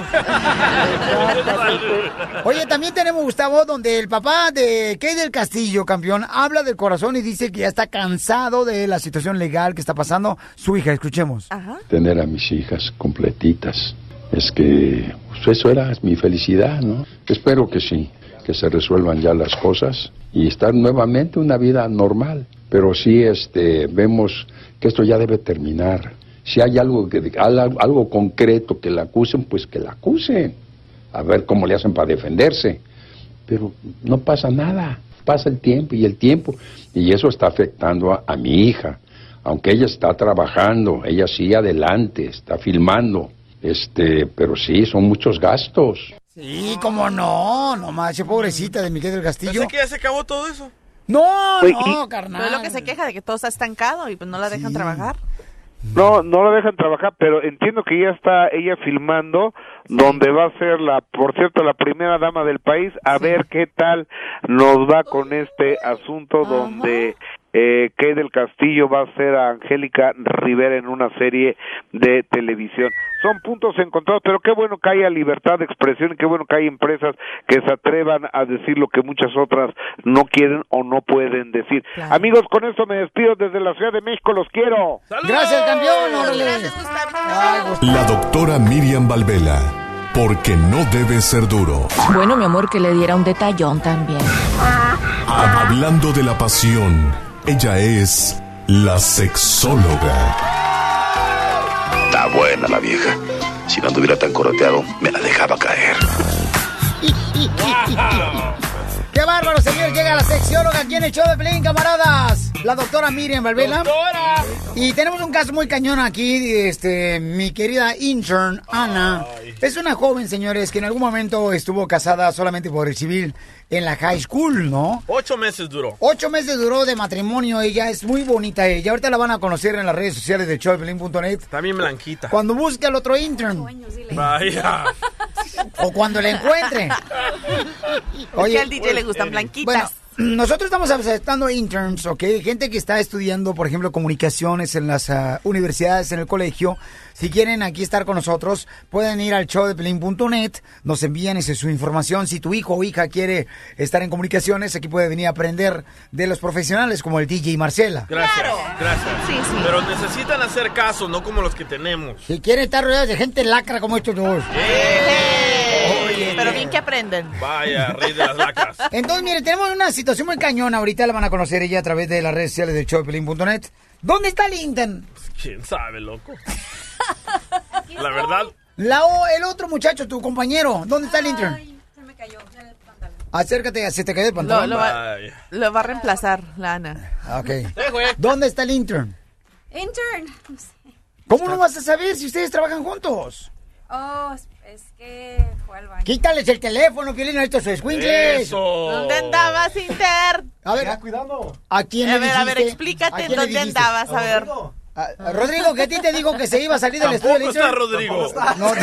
Oye, también tenemos, Gustavo, donde el papá de Kay del Castillo, campeón, habla del corazón y dice que ya está cansado de la situación legal que está pasando su hija. Escuchemos. Tener a mis hijas completitas, es que pues eso era mi felicidad, ¿no? Espero que sí, que se resuelvan ya las cosas y estar nuevamente una vida normal. Pero sí, vemos que esto ya debe terminar. Si hay algo concreto que la acusen, pues que la acusen. A ver cómo le hacen para defenderse. Pero no pasa nada. Pasa el tiempo. Y eso está afectando a mi hija. Aunque ella está trabajando, ella sigue adelante, está filmando. Pero sí, son muchos gastos. Sí, cómo no más, pobrecita de Miguel del Castillo. Pensé que ya se acabó todo eso. No, carnal. Pero es lo que se queja de que todo está estancado y pues no la dejan trabajar. No la dejan trabajar, pero entiendo que ya está ella filmando donde va a ser por cierto, la primera dama del país, a ver qué tal nos va con este asunto donde Kay del Castillo va a ser a Angélica Rivera en una serie de televisión. Son puntos encontrados, pero qué bueno que haya libertad de expresión y qué bueno que haya empresas que se atrevan a decir lo que muchas otras no quieren o no pueden decir. Claro. Amigos, con esto me despido desde la Ciudad de México, los quiero. ¡Saludos! Gracias, campeón. La doctora Miriam Valvela, porque no debe ser duro. Bueno, mi amor, que le diera un detallón también. Hablando de la pasión, ella es la sexóloga. Está buena la vieja. Si no anduviera tan coroteado, me la dejaba caer. ¡Qué bárbaro, señor! Llega la sexóloga aquí en el show de Pelín, camaradas. La doctora Miriam Valvela. ¡Doctora! Y tenemos un caso muy cañón aquí, mi querida intern, Ana. Es una joven, señores, que en algún momento estuvo casada solamente por el civil en la high school, ¿no? 8 meses duró. 8 meses duró de matrimonio. Ella es muy bonita. Ella ahorita la van a conocer en las redes sociales de showdePelín.net. También blanquita. Cuando busque al otro intern. Vaya. O cuando la encuentre. Oye, al DJ le gustan blanquitas. Bueno, nosotros estamos aceptando interns, ¿ok? Gente que está estudiando, por ejemplo, comunicaciones en las universidades, en el colegio. Si quieren aquí estar con nosotros, pueden ir al showdePelín.net. Nos envían su información. Si tu hijo o hija quiere estar en comunicaciones, aquí puede venir a aprender de los profesionales como el DJ y Marcela. Gracias. Sí. Pero necesitan hacer caso, no como los que tenemos. Si quieren estar rodeados de gente lacra como estos dos. Oye, pero bien que aprenden. Vaya, rey de las lacras. Entonces, mire, tenemos una situación muy cañona. Ahorita la van a conocer ella a través de las redes sociales del showdePelín.net. ¿Dónde está el intern? ¿Quién sabe, loco? La verdad. El otro muchacho, tu compañero, ¿dónde está el intern? Se me cayó el pantalón. Acércate, se te cayó el pantalón. Lo va a reemplazar la Ana. Ok. ¿Dónde está el intern? Intern. No sé. ¿Cómo no vas a saber si ustedes trabajan juntos? Oh, es que fue al baño. Quítales el teléfono, Piolín, a estos escuincles. ¿Dónde andabas, intern? A ver, cuidando. ¿A quién le dijiste? A ver, explícate en dónde andabas, a ver. Rodrigo, que a ti te digo que se iba a salir del estudio. ¿Tampoco está Rodrigo? No.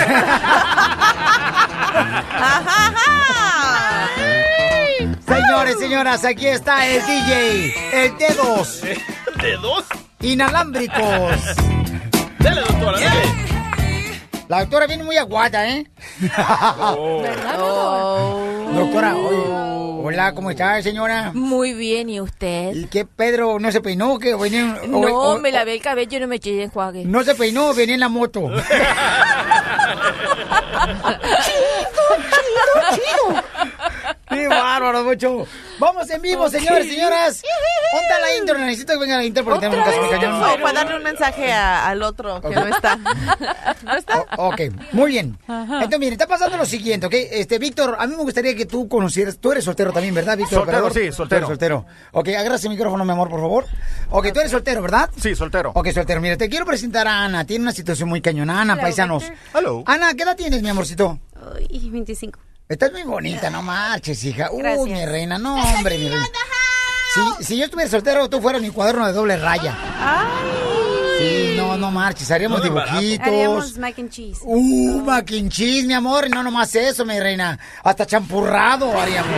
Señores, señoras, aquí está el DJ, el dedos. ¿Dedos? Inalámbricos. Dale, doctora, dale. La doctora viene muy aguada, ¿eh? ¿Verdad, doctora? Doctora, oye. Hola, ¿cómo está, señora? Muy bien, ¿y usted? ¿Y qué, Pedro, no se peinó? ¿Que venía, No, me lavé el cabello y no me eché de enjuague. No se peinó, venía en la moto. Chido. ¡Qué bárbaro, Bocho! Vamos en vivo, señores, señoras. ¿Dónde está la intro? Necesito que venga la intro porque tenemos un caso muy cañón. No, para darle un mensaje al otro que no está. ¿No está? Ok, muy bien. Entonces, miren, está pasando lo siguiente, ¿ok? Víctor, a mí me gustaría que tú conocieras... Tú eres soltero también, ¿verdad, Víctor? Soltero, sí, soltero. Tú eres soltero. Ok, agarra ese micrófono, mi amor, por favor. Ok, tú eres soltero, ¿verdad? Sí, soltero. Ok, soltero. Mira, te quiero presentar a Ana. Tiene una situación muy cañona. Ana, paisanos. Hello. Ana, ¿qué edad tienes, mi amorcito? 25. Estás muy bonita, no marches, hija. Gracias. Mi reina, no, hombre, mi reina. Si yo estuviera soltero, tú fueras mi cuaderno de doble raya. Sí, no marches, haríamos dibujitos. Haríamos mac and cheese. Mac and cheese, mi amor, y no nomás eso, mi reina. Hasta champurrado haríamos.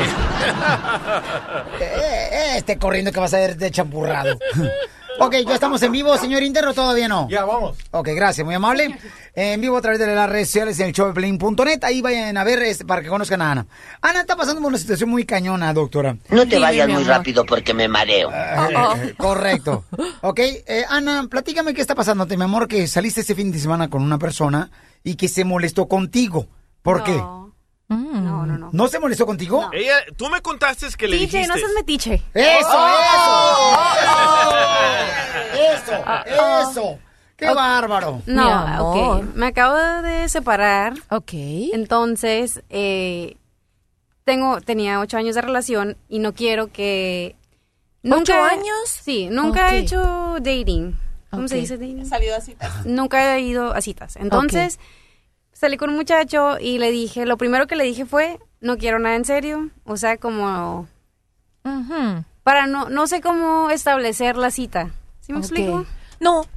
Corriendo que vas a ver de champurrado. Ok, ya estamos en vivo, señor interno, ¿todavía no? Ya, vamos. Ok, gracias, muy amable. En vivo a través de las redes sociales en el showdepiolín.net. Ahí vayan a ver para que conozcan a Ana. Ana está pasando por una situación muy cañona, doctora. No te vayas muy rápido porque me mareo. Correcto. Ok, Ana, platícame qué está pasándote, mi amor, que saliste este fin de semana con una persona y que se molestó contigo. ¿Por qué? No. ¿No se molestó contigo? No. Tú me contaste que le dijiste. No seas metiche. ¡Eso! ¡Qué bárbaro! No, ok. Me acabo de separar. Ok. Entonces, tenía 8 años de relación y no quiero que... ¿8 años? Sí, nunca he hecho dating. ¿Cómo se dice dating? Salido a citas. Nunca he ido a citas. Entonces... Salí con un muchacho y le dije, lo primero que le dije fue, no quiero nada en serio, o sea, como, para no sé cómo establecer la cita. ¿Sí me explico? No. Ok,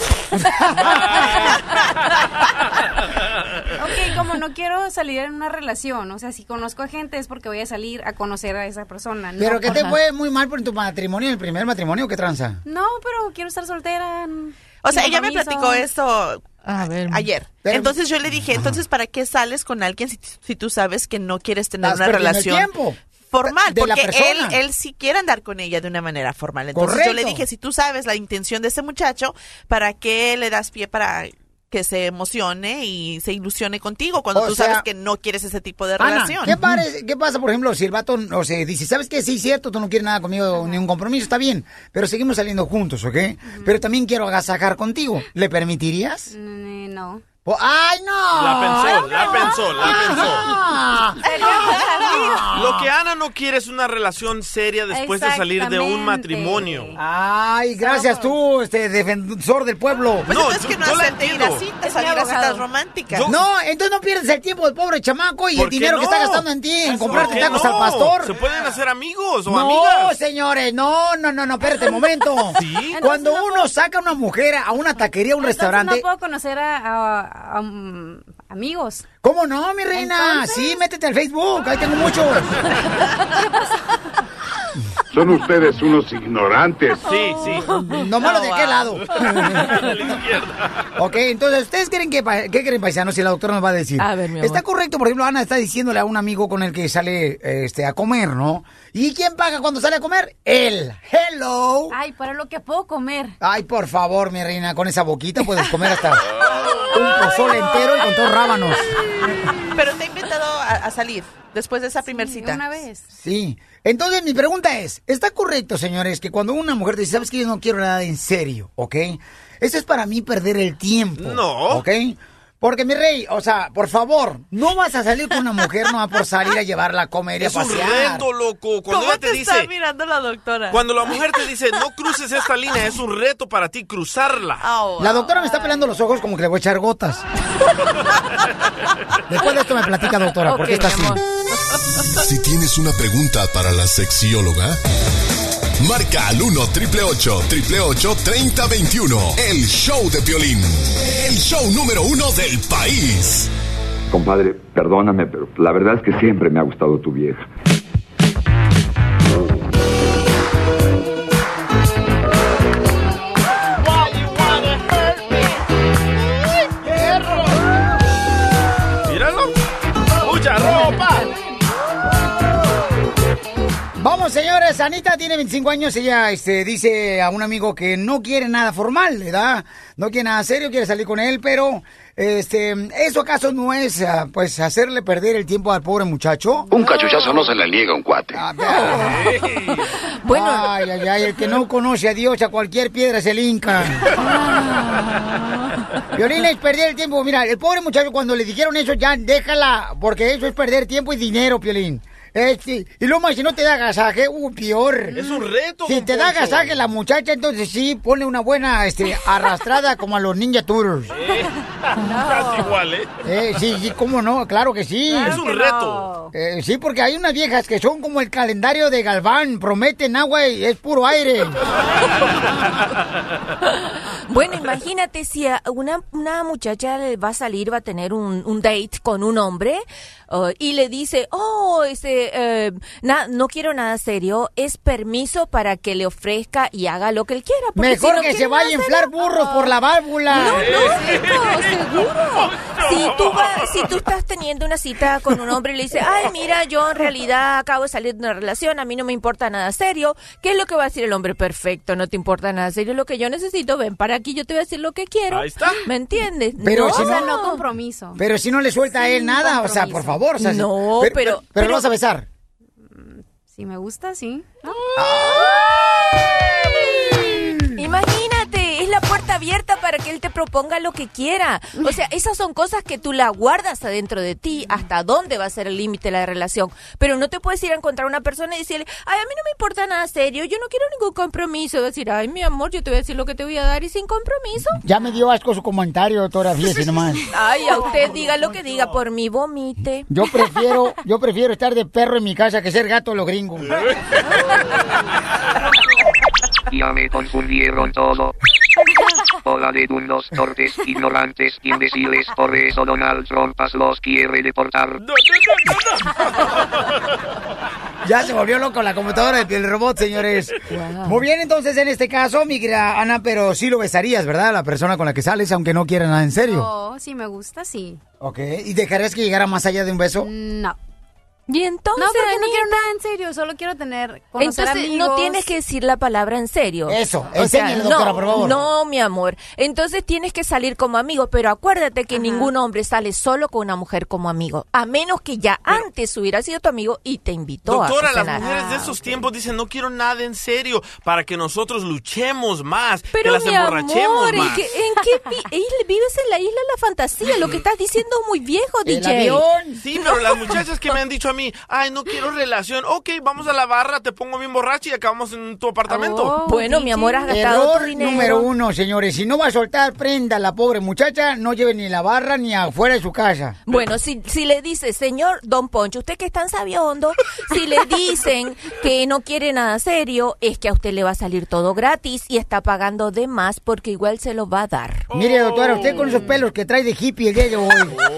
como no quiero salir en una relación, o sea, si conozco a gente es porque voy a salir a conocer a esa persona. ¿Pero no, que te fue muy mal por tu matrimonio, el primer matrimonio? ¿Qué tranza? No, pero quiero estar soltera. O sea, ella me platicó esto ayer. Pero, entonces yo le dije, entonces, ¿para qué sales con alguien si tú sabes que no quieres tener una relación formal? Porque él sí quiere andar con ella de una manera formal. Entonces yo le dije, si tú sabes la intención de ese muchacho, ¿para qué le das pie para que se emocione y se ilusione contigo cuando tú sabes que no quieres ese tipo de relación? ¿Qué pasa, por ejemplo, si el vato dice, ¿sabes qué? Sí, cierto, tú no quieres nada conmigo, ni un compromiso, está bien, pero seguimos saliendo juntos, ¿ok? Pero también quiero agasajar contigo. ¿Le permitirías? No. ¡Ay, no! La pensó. Lo que Ana no quiere es una relación seria después de salir de un matrimonio. Ay, gracias tú, defensor del pueblo. Pues no, es que no acepte ir a citas, salir a citas románticas. No, entonces no pierdes el tiempo del pobre chamaco y el dinero que está gastando en ti en comprarte tacos al pastor. Se pueden hacer amigos o amigas. No, señores, no, espérate un momento. ¿Sí? Cuando uno saca a una mujer a una taquería, a un restaurante... no puedo conocer a amigos. ¿Cómo no, mi reina? ¿Entonces? Sí, métete al Facebook, ahí tengo muchos. Son ustedes unos ignorantes. Sí. No malo, ¿de qué lado? De la izquierda. Ok, entonces, ¿ustedes creen qué creen, paisanos? Si la doctora nos va a decir. A ver, mi amor. Está correcto, por ejemplo, Ana está diciéndole a un amigo con el que sale a comer, ¿no? ¿Y quién paga cuando sale a comer? Él. Hello. Ay, para lo que puedo comer. Ay, por favor, mi reina, con esa boquita puedes comer hasta un pozole entero y con todos rábanos. Pero te he invitado a salir después de esa primer cita. Una vez. Sí. Entonces, mi pregunta es, ¿está correcto, señores, que cuando una mujer te dice, sabes que yo no quiero nada en serio, ¿ok? Eso es para mí perder el tiempo. No. ¿Ok? Porque, mi rey, o sea, por favor, no vas a salir con una mujer no va por salir a llevarla a comer y a pasear. Es un reto, loco. Cuando ¿Cómo ella te está mirando la doctora? Cuando la mujer te dice, no cruces esta línea, es un reto para ti cruzarla. La doctora me está pelando los ojos como que le voy a echar gotas. Después de esto me platica, doctora, ¿por qué está así? Si tienes una pregunta para la sexióloga, marca al 1-888-888-3021. El show de Piolín. El show número 1 del país. Compadre, perdóname, pero la verdad es que siempre me ha gustado tu vieja. Míralo. Mucha ropa. Vamos, señores. Anita tiene 25 años. Ella dice a un amigo que no quiere nada formal, ¿verdad? No quiere nada serio, quiere salir con él, pero ¿eso acaso no es, pues, hacerle perder el tiempo al pobre muchacho? Un cachuchazo no se le niega a un cuate. Bueno. Ay, el que no conoce a Dios, a cualquier piedra se le hinca. Piolín, es perder el tiempo. Mira, el pobre muchacho cuando le dijeron eso, ya déjala, porque eso es perder tiempo y dinero, Piolín. Y luego más, si no te da agasaje, peor. Es un reto. Si te da agasaje la muchacha, entonces sí, pone una buena arrastrada como a los Ninja Turtles. Casi igual, ¿eh? Sí, cómo no, claro que sí. Claro, es un reto. Sí, porque hay unas viejas que son como el calendario de Galván, prometen agua y es puro aire. Bueno, imagínate si a una muchacha va a salir, va a tener un date con un hombre y le dice, no quiero nada serio, es permiso para que le ofrezca y haga lo que él quiera. Mejor si no que se vaya a inflar burros por la válvula. No, seguro. Si tú estás teniendo una cita con un hombre y le dices, ay, mira, yo en realidad acabo de salir de una relación, a mí no me importa nada serio, ¿qué es lo que va a decir el hombre? Perfecto, no te importa nada serio, lo que yo necesito, ven para aquí, yo te voy a decir lo que quiero. Ahí está. ¿Me entiendes? Pero no, si no, no compromiso. Pero si no le suelta a él nada, compromiso. O sea, por favor. O sea, no, pero lo vas a besar. Si me gusta, sí. Imagínate, es la puerta abierta para que él te proponga lo que quiera. O sea, esas son cosas que tú la guardas adentro de ti, hasta dónde va a ser el límite de la relación. Pero no te puedes ir a encontrar a una persona y decirle, ay, a mí no me importa nada serio, yo no quiero ningún compromiso. Voy a decir, ay, mi amor, yo te voy a decir lo que te voy a dar y sin compromiso. Ya me dio asco su comentario, doctora, fíjese nomás. Ay, a usted diga lo que diga, por mí vomite. Yo prefiero estar de perro en mi casa que ser gato a los gringos. Ya me confundieron todo. Hola de dundos, torpes, ignorantes, imbéciles, por eso Donald Trump los quiere deportar. Ya se volvió loco la computadora del robot, señores. Wow. Muy bien, entonces en este caso, mi querida Ana, pero sí lo besarías, ¿verdad? La persona con la que sales, aunque no quiera nada en serio. Oh, si me gusta, sí. Ok, ¿y dejarías que llegara más allá de un beso? No. Y entonces, no, porque no quiero nada en serio, solo quiero conocer amigos. No tienes que decir la palabra en serio. Eso, enséñale, doctora, por favor. No, mi amor. Entonces tienes que salir como amigo, pero acuérdate que ningún hombre sale solo con una mujer como amigo, a menos que ya antes hubiera sido tu amigo y te invitó doctora, a cenar. las mujeres de esos tiempos dicen, no quiero nada en serio, para que nosotros luchemos más, pero que las emborrachemos más. Vives en la isla de la fantasía, lo que estás diciendo es muy viejo, ¿El DJ. avión? Sí, pero las muchachas que me han dicho a mí, ay, no quiero relación, ok, vamos a la barra, te pongo bien borracha y acabamos en tu apartamento. Bueno, mi amor, has gastado tu dinero. Número 1, señores, si no va a soltar prenda a la pobre muchacha, no lleve ni la barra ni afuera de su casa. Bueno, si le dice, señor Don Poncho, usted que es tan sabiondo, si le dicen que no quiere nada serio, es que a usted le va a salir todo gratis y está pagando de más porque igual se lo va a dar. Mire, doctora, usted con esos pelos que trae de hippie el día de hoy,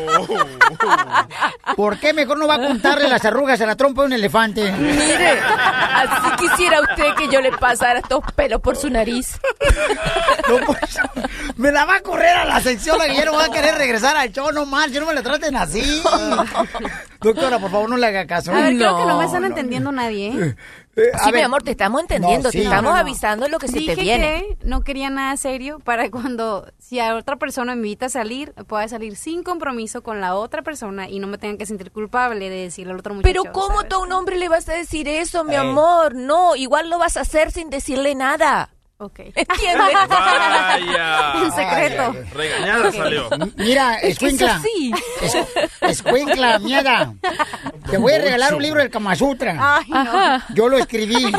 ¿por qué mejor no va a contarle las arrugas a la trompa de un elefante? Mire, así quisiera usted que yo le pasara estos pelos por su nariz. No, pues, me la va a correr a la sección, que ya no va a querer regresar al show, no más, yo no me la traten así. Doctora, por favor, no le haga caso. A ver, creo que no me están entendiendo nadie, ¿eh? Sí, mi amor, te estamos entendiendo, te estamos avisando lo que se te viene. Dije que no quería nada serio para cuando, si a otra persona me invita a salir, pueda salir sin compromiso con la otra persona y no me tengan que sentir culpable de decirle al otro muchacho. Pero ¿cómo ¿sabes? Tú a un hombre le vas a decir eso, mi amor? No, igual lo vas a hacer sin decirle nada. Ok. ¿Entiendes? Vaya. En secreto. Regañada salió. Mira, escuincla. Sí. Escuincla, mierda. Te voy a regalar un libro del Kama Sutra. Ay, no. Yo lo escribí.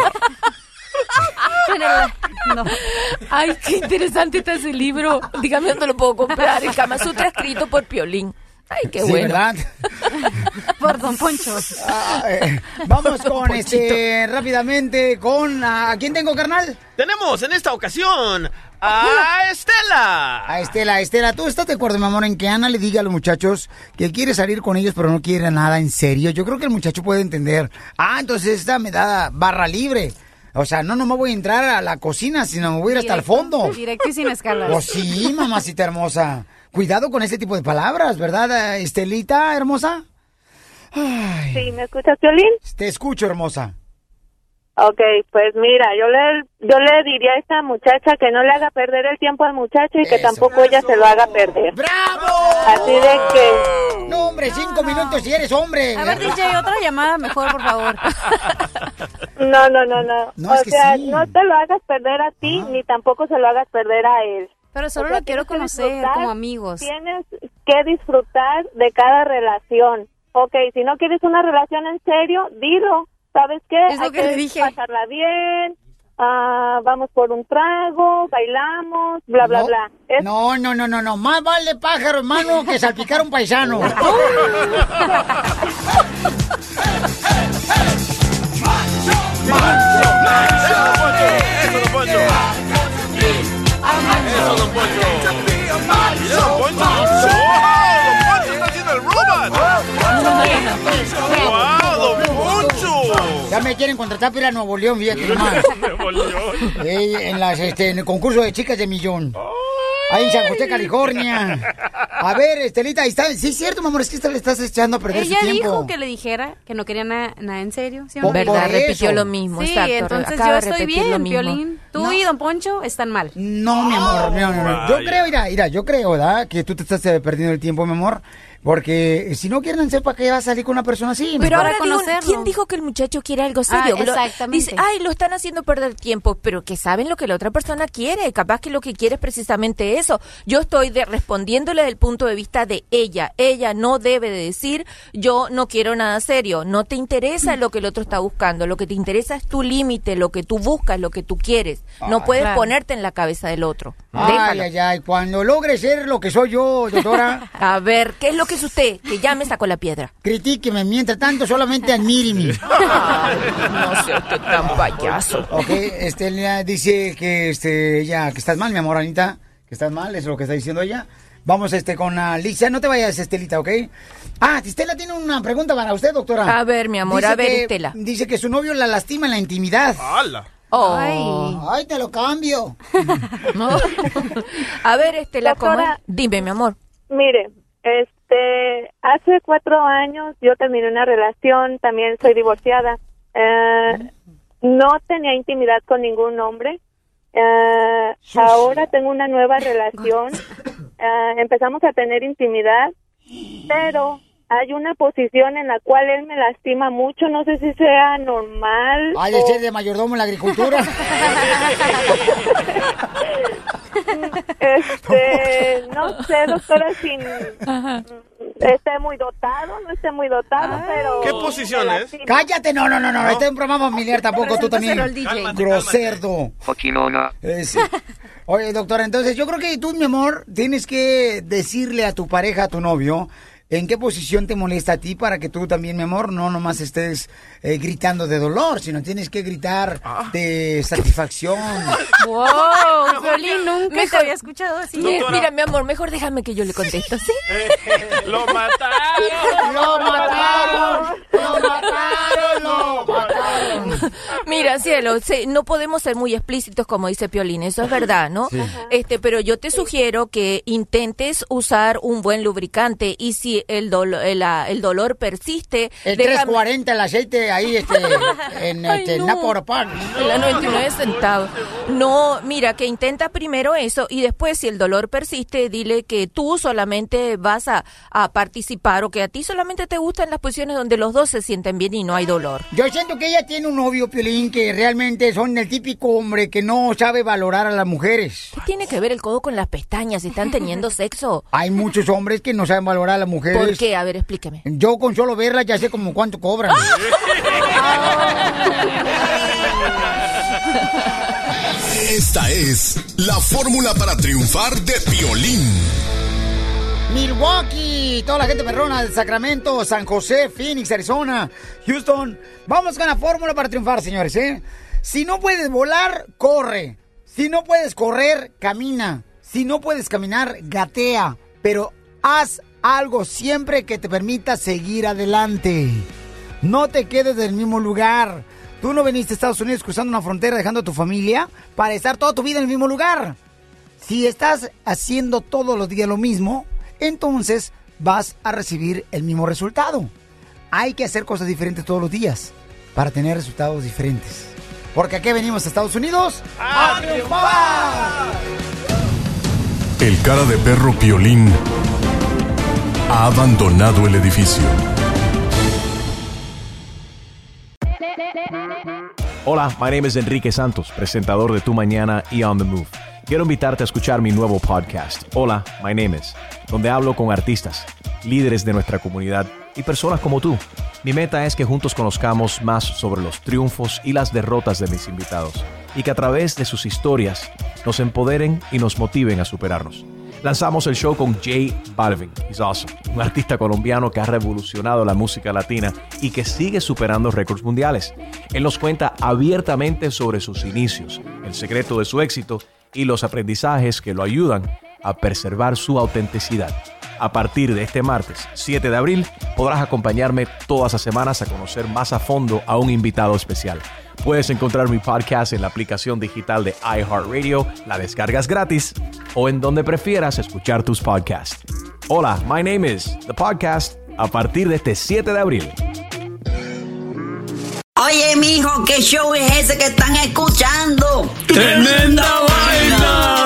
No. Ay, qué interesante está ese libro. Dígame dónde lo puedo comprar. El Kama Sutra escrito por Piolín. Ay, qué bueno. ¿Verdad? Por Don Poncho. Vamos con rápidamente con... ¿A quién tengo, carnal? Tenemos en esta ocasión a Estela. A Estela, ¿tú estás de acuerdo, mi amor, en que Ana le diga a los muchachos que quiere salir con ellos pero no quiere nada en serio? Yo creo que el muchacho puede entender. Entonces esta me da barra libre. O sea, no me voy a entrar a la cocina, sino me voy a ir hasta el fondo. Directo y sin escalas. Pues sí, mamacita hermosa. Cuidado con ese tipo de palabras, ¿verdad, Estelita hermosa? Ay. Sí, ¿me escuchas, Piolín? Te escucho, hermosa. Okay, pues mira, yo le diría a esta muchacha que no le haga perder el tiempo al muchacho y que tampoco ella se lo haga perder. ¡Bravo! Así de que... No, hombre, 5 minutos si eres hombre. A ver, DJ, otra llamada mejor, por favor. No. No, o es que sea, sí. no te lo hagas perder a ti, ni tampoco se lo hagas perder a él. Pero solo lo quiero conocer como amigos. Tienes que disfrutar de cada relación. Okay, si no quieres una relación en serio, dilo. ¿Sabes qué? Es lo que le dije. Pasarla bien, vamos por un trago, bailamos, bla, bla, bla. No. Más vale pájaro, hermano, que salpicar un paisano. Ya me quieren contratar para ir a Nuevo León, fíjate nomás. En el concurso de chicas de millón. Ahí en San José, California. A ver, Estelita, ahí está. Sí, es cierto, mi amor, es que le estás echando a perder su tiempo. Ella dijo que le dijera que no quería nada en serio. ¿Sí, ¿verdad? Repitió lo mismo, sí, exacto. Entonces Acaba yo de estoy repetir lo bien, mismo. Piolín. Tú y Don Poncho están mal. No, mi amor, no. Yo creo, yo creo, ¿verdad? Que tú te estás perdiendo el tiempo, mi amor. Porque si no quieren sepa que va a salir con una persona así. Pero ahora digo, conocerlo. ¿quién dijo que el muchacho quiere algo serio? Exactamente. Dice, lo están haciendo perder tiempo, pero que saben lo que la otra persona quiere. Capaz que lo que quiere es precisamente eso. Yo estoy respondiéndole desde el punto de vista de ella. Ella no debe de decir, yo no quiero nada serio. No te interesa lo que el otro está buscando. Lo que te interesa es tu límite, lo que tú buscas, lo que tú quieres. No puedes ponerte en la cabeza del otro. Ay, cuando logre ser lo que soy yo, doctora. A ver, ¿qué es lo que es usted? Que ya me sacó la piedra. Critíqueme, mientras tanto solamente admíreme. No sea usted tan payaso. Ok, Estela dice que ella, que estás mal, mi amor, Anita. Que estás mal, eso es lo que está diciendo ella. Vamos con Alicia, no te vayas, Estelita, ¿ok? Estela tiene una pregunta para usted, doctora. A ver, mi amor, Estela. Dice que su novio la lastima en la intimidad. ¡Hala! Ay, te lo cambio. No. A ver, Estela, Doctora, dime, mi amor. Mire, hace 4 años yo terminé una relación, también soy divorciada. No tenía intimidad con ningún hombre. Ahora tengo una nueva relación. Empezamos a tener intimidad, pero hay una posición en la cual él me lastima mucho. No sé si sea normal. Ay, de ser de mayordomo en la agricultura. No sé, doctora, si esté muy dotado, no esté muy dotado, pero... ¿Qué posición es? Cállate, no. Este es un programa familiar tampoco, tú también. Groserdo. Coquinona. Oye, doctora, entonces yo creo que tú, mi amor, tienes que decirle a tu pareja, a tu novio, en qué posición te molesta a ti para que tú también, mi amor, no nomás estés gritando de dolor, sino tienes que gritar de satisfacción. ¡Wow! Piolín, nunca te había escuchado así. Mira, mi amor, mejor déjame que yo le contesto, ¿sí? ¡Lo mataron! ¡Lo mataron! ¡Lo mataron! ¡Lo mataron! Mira, cielo, no podemos ser muy explícitos como dice Piolín, eso es verdad, ¿no? Sí. Pero yo te sugiero que intentes usar un buen lubricante y si el dolor persiste... El 3.40 el aceite ahí en Napor Park. La 99 centavos. No, mira, que intenta primero eso y después si el dolor persiste, dile que tú solamente vas a participar o que a ti solamente te gustan las posiciones donde los dos se sienten bien y no hay dolor. Yo siento que ella tiene un novio, Piolín, que realmente son el típico hombre que no sabe valorar a las mujeres. ¿Qué tiene que ver el codo con las pestañas si están teniendo sexo? Hay muchos hombres que no saben valorar a las mujeres. ¿Por qué? A ver, explíqueme. Yo con solo verlas ya sé como cuánto cobran. Esta es la fórmula para triunfar de Piolín. Milwaukee, toda la gente perrona de Sacramento, San José, Phoenix, Arizona, Houston. Vamos con la fórmula para triunfar, señores, ¿eh? Si no puedes volar, corre. Si no puedes correr, camina. Si no puedes caminar, gatea. Pero haz algo siempre que te permita seguir adelante. No te quedes en el mismo lugar. Tú no viniste a Estados Unidos cruzando una frontera dejando a tu familia para estar toda tu vida en el mismo lugar. Si estás haciendo todos los días lo mismo, entonces vas a recibir el mismo resultado. Hay que hacer cosas diferentes todos los días para tener resultados diferentes. porque aquí venimos a Estados Unidos a triunfar. El cara de perro Piolín ha abandonado el edificio. Hola, my name is Enrique Santos, presentador de Tu Mañana y On The Move. Quiero invitarte a escuchar mi nuevo podcast, Hola, my name is, donde hablo con artistas, líderes de nuestra comunidad y personas como tú. Mi meta es que juntos conozcamos más sobre los triunfos y las derrotas de mis invitados y que a través de sus historias nos empoderen y nos motiven a superarnos. Lanzamos el show con J Balvin, he's awesome, un artista colombiano que ha revolucionado la música latina y que sigue superando récords mundiales. Él nos cuenta abiertamente sobre sus inicios, el secreto de su éxito y los aprendizajes que lo ayudan a preservar su autenticidad. A partir de este martes, 7 de abril, podrás acompañarme todas las semanas a conocer más a fondo a un invitado especial. Puedes encontrar mi podcast en la aplicación digital de iHeartRadio, la descargas gratis, o en donde prefieras escuchar tus podcasts. Hola, my name is The Podcast, a partir de este 7 de abril. Oye, mijo, ¿qué show es ese que están escuchando? ¡Tremenda Vaina!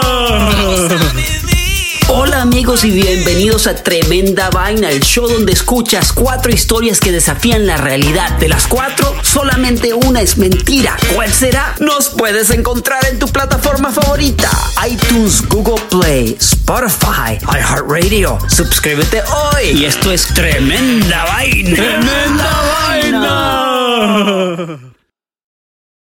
Hola amigos y bienvenidos a Tremenda Vaina, el show donde escuchas 4 historias que desafían la realidad. De las 4, solamente una es mentira. ¿Cuál será? Nos puedes encontrar en tu plataforma favorita: iTunes, Google Play, Spotify, iHeartRadio. Suscríbete hoy. Y esto es Tremenda Vaina. ¡Tremenda Vaina!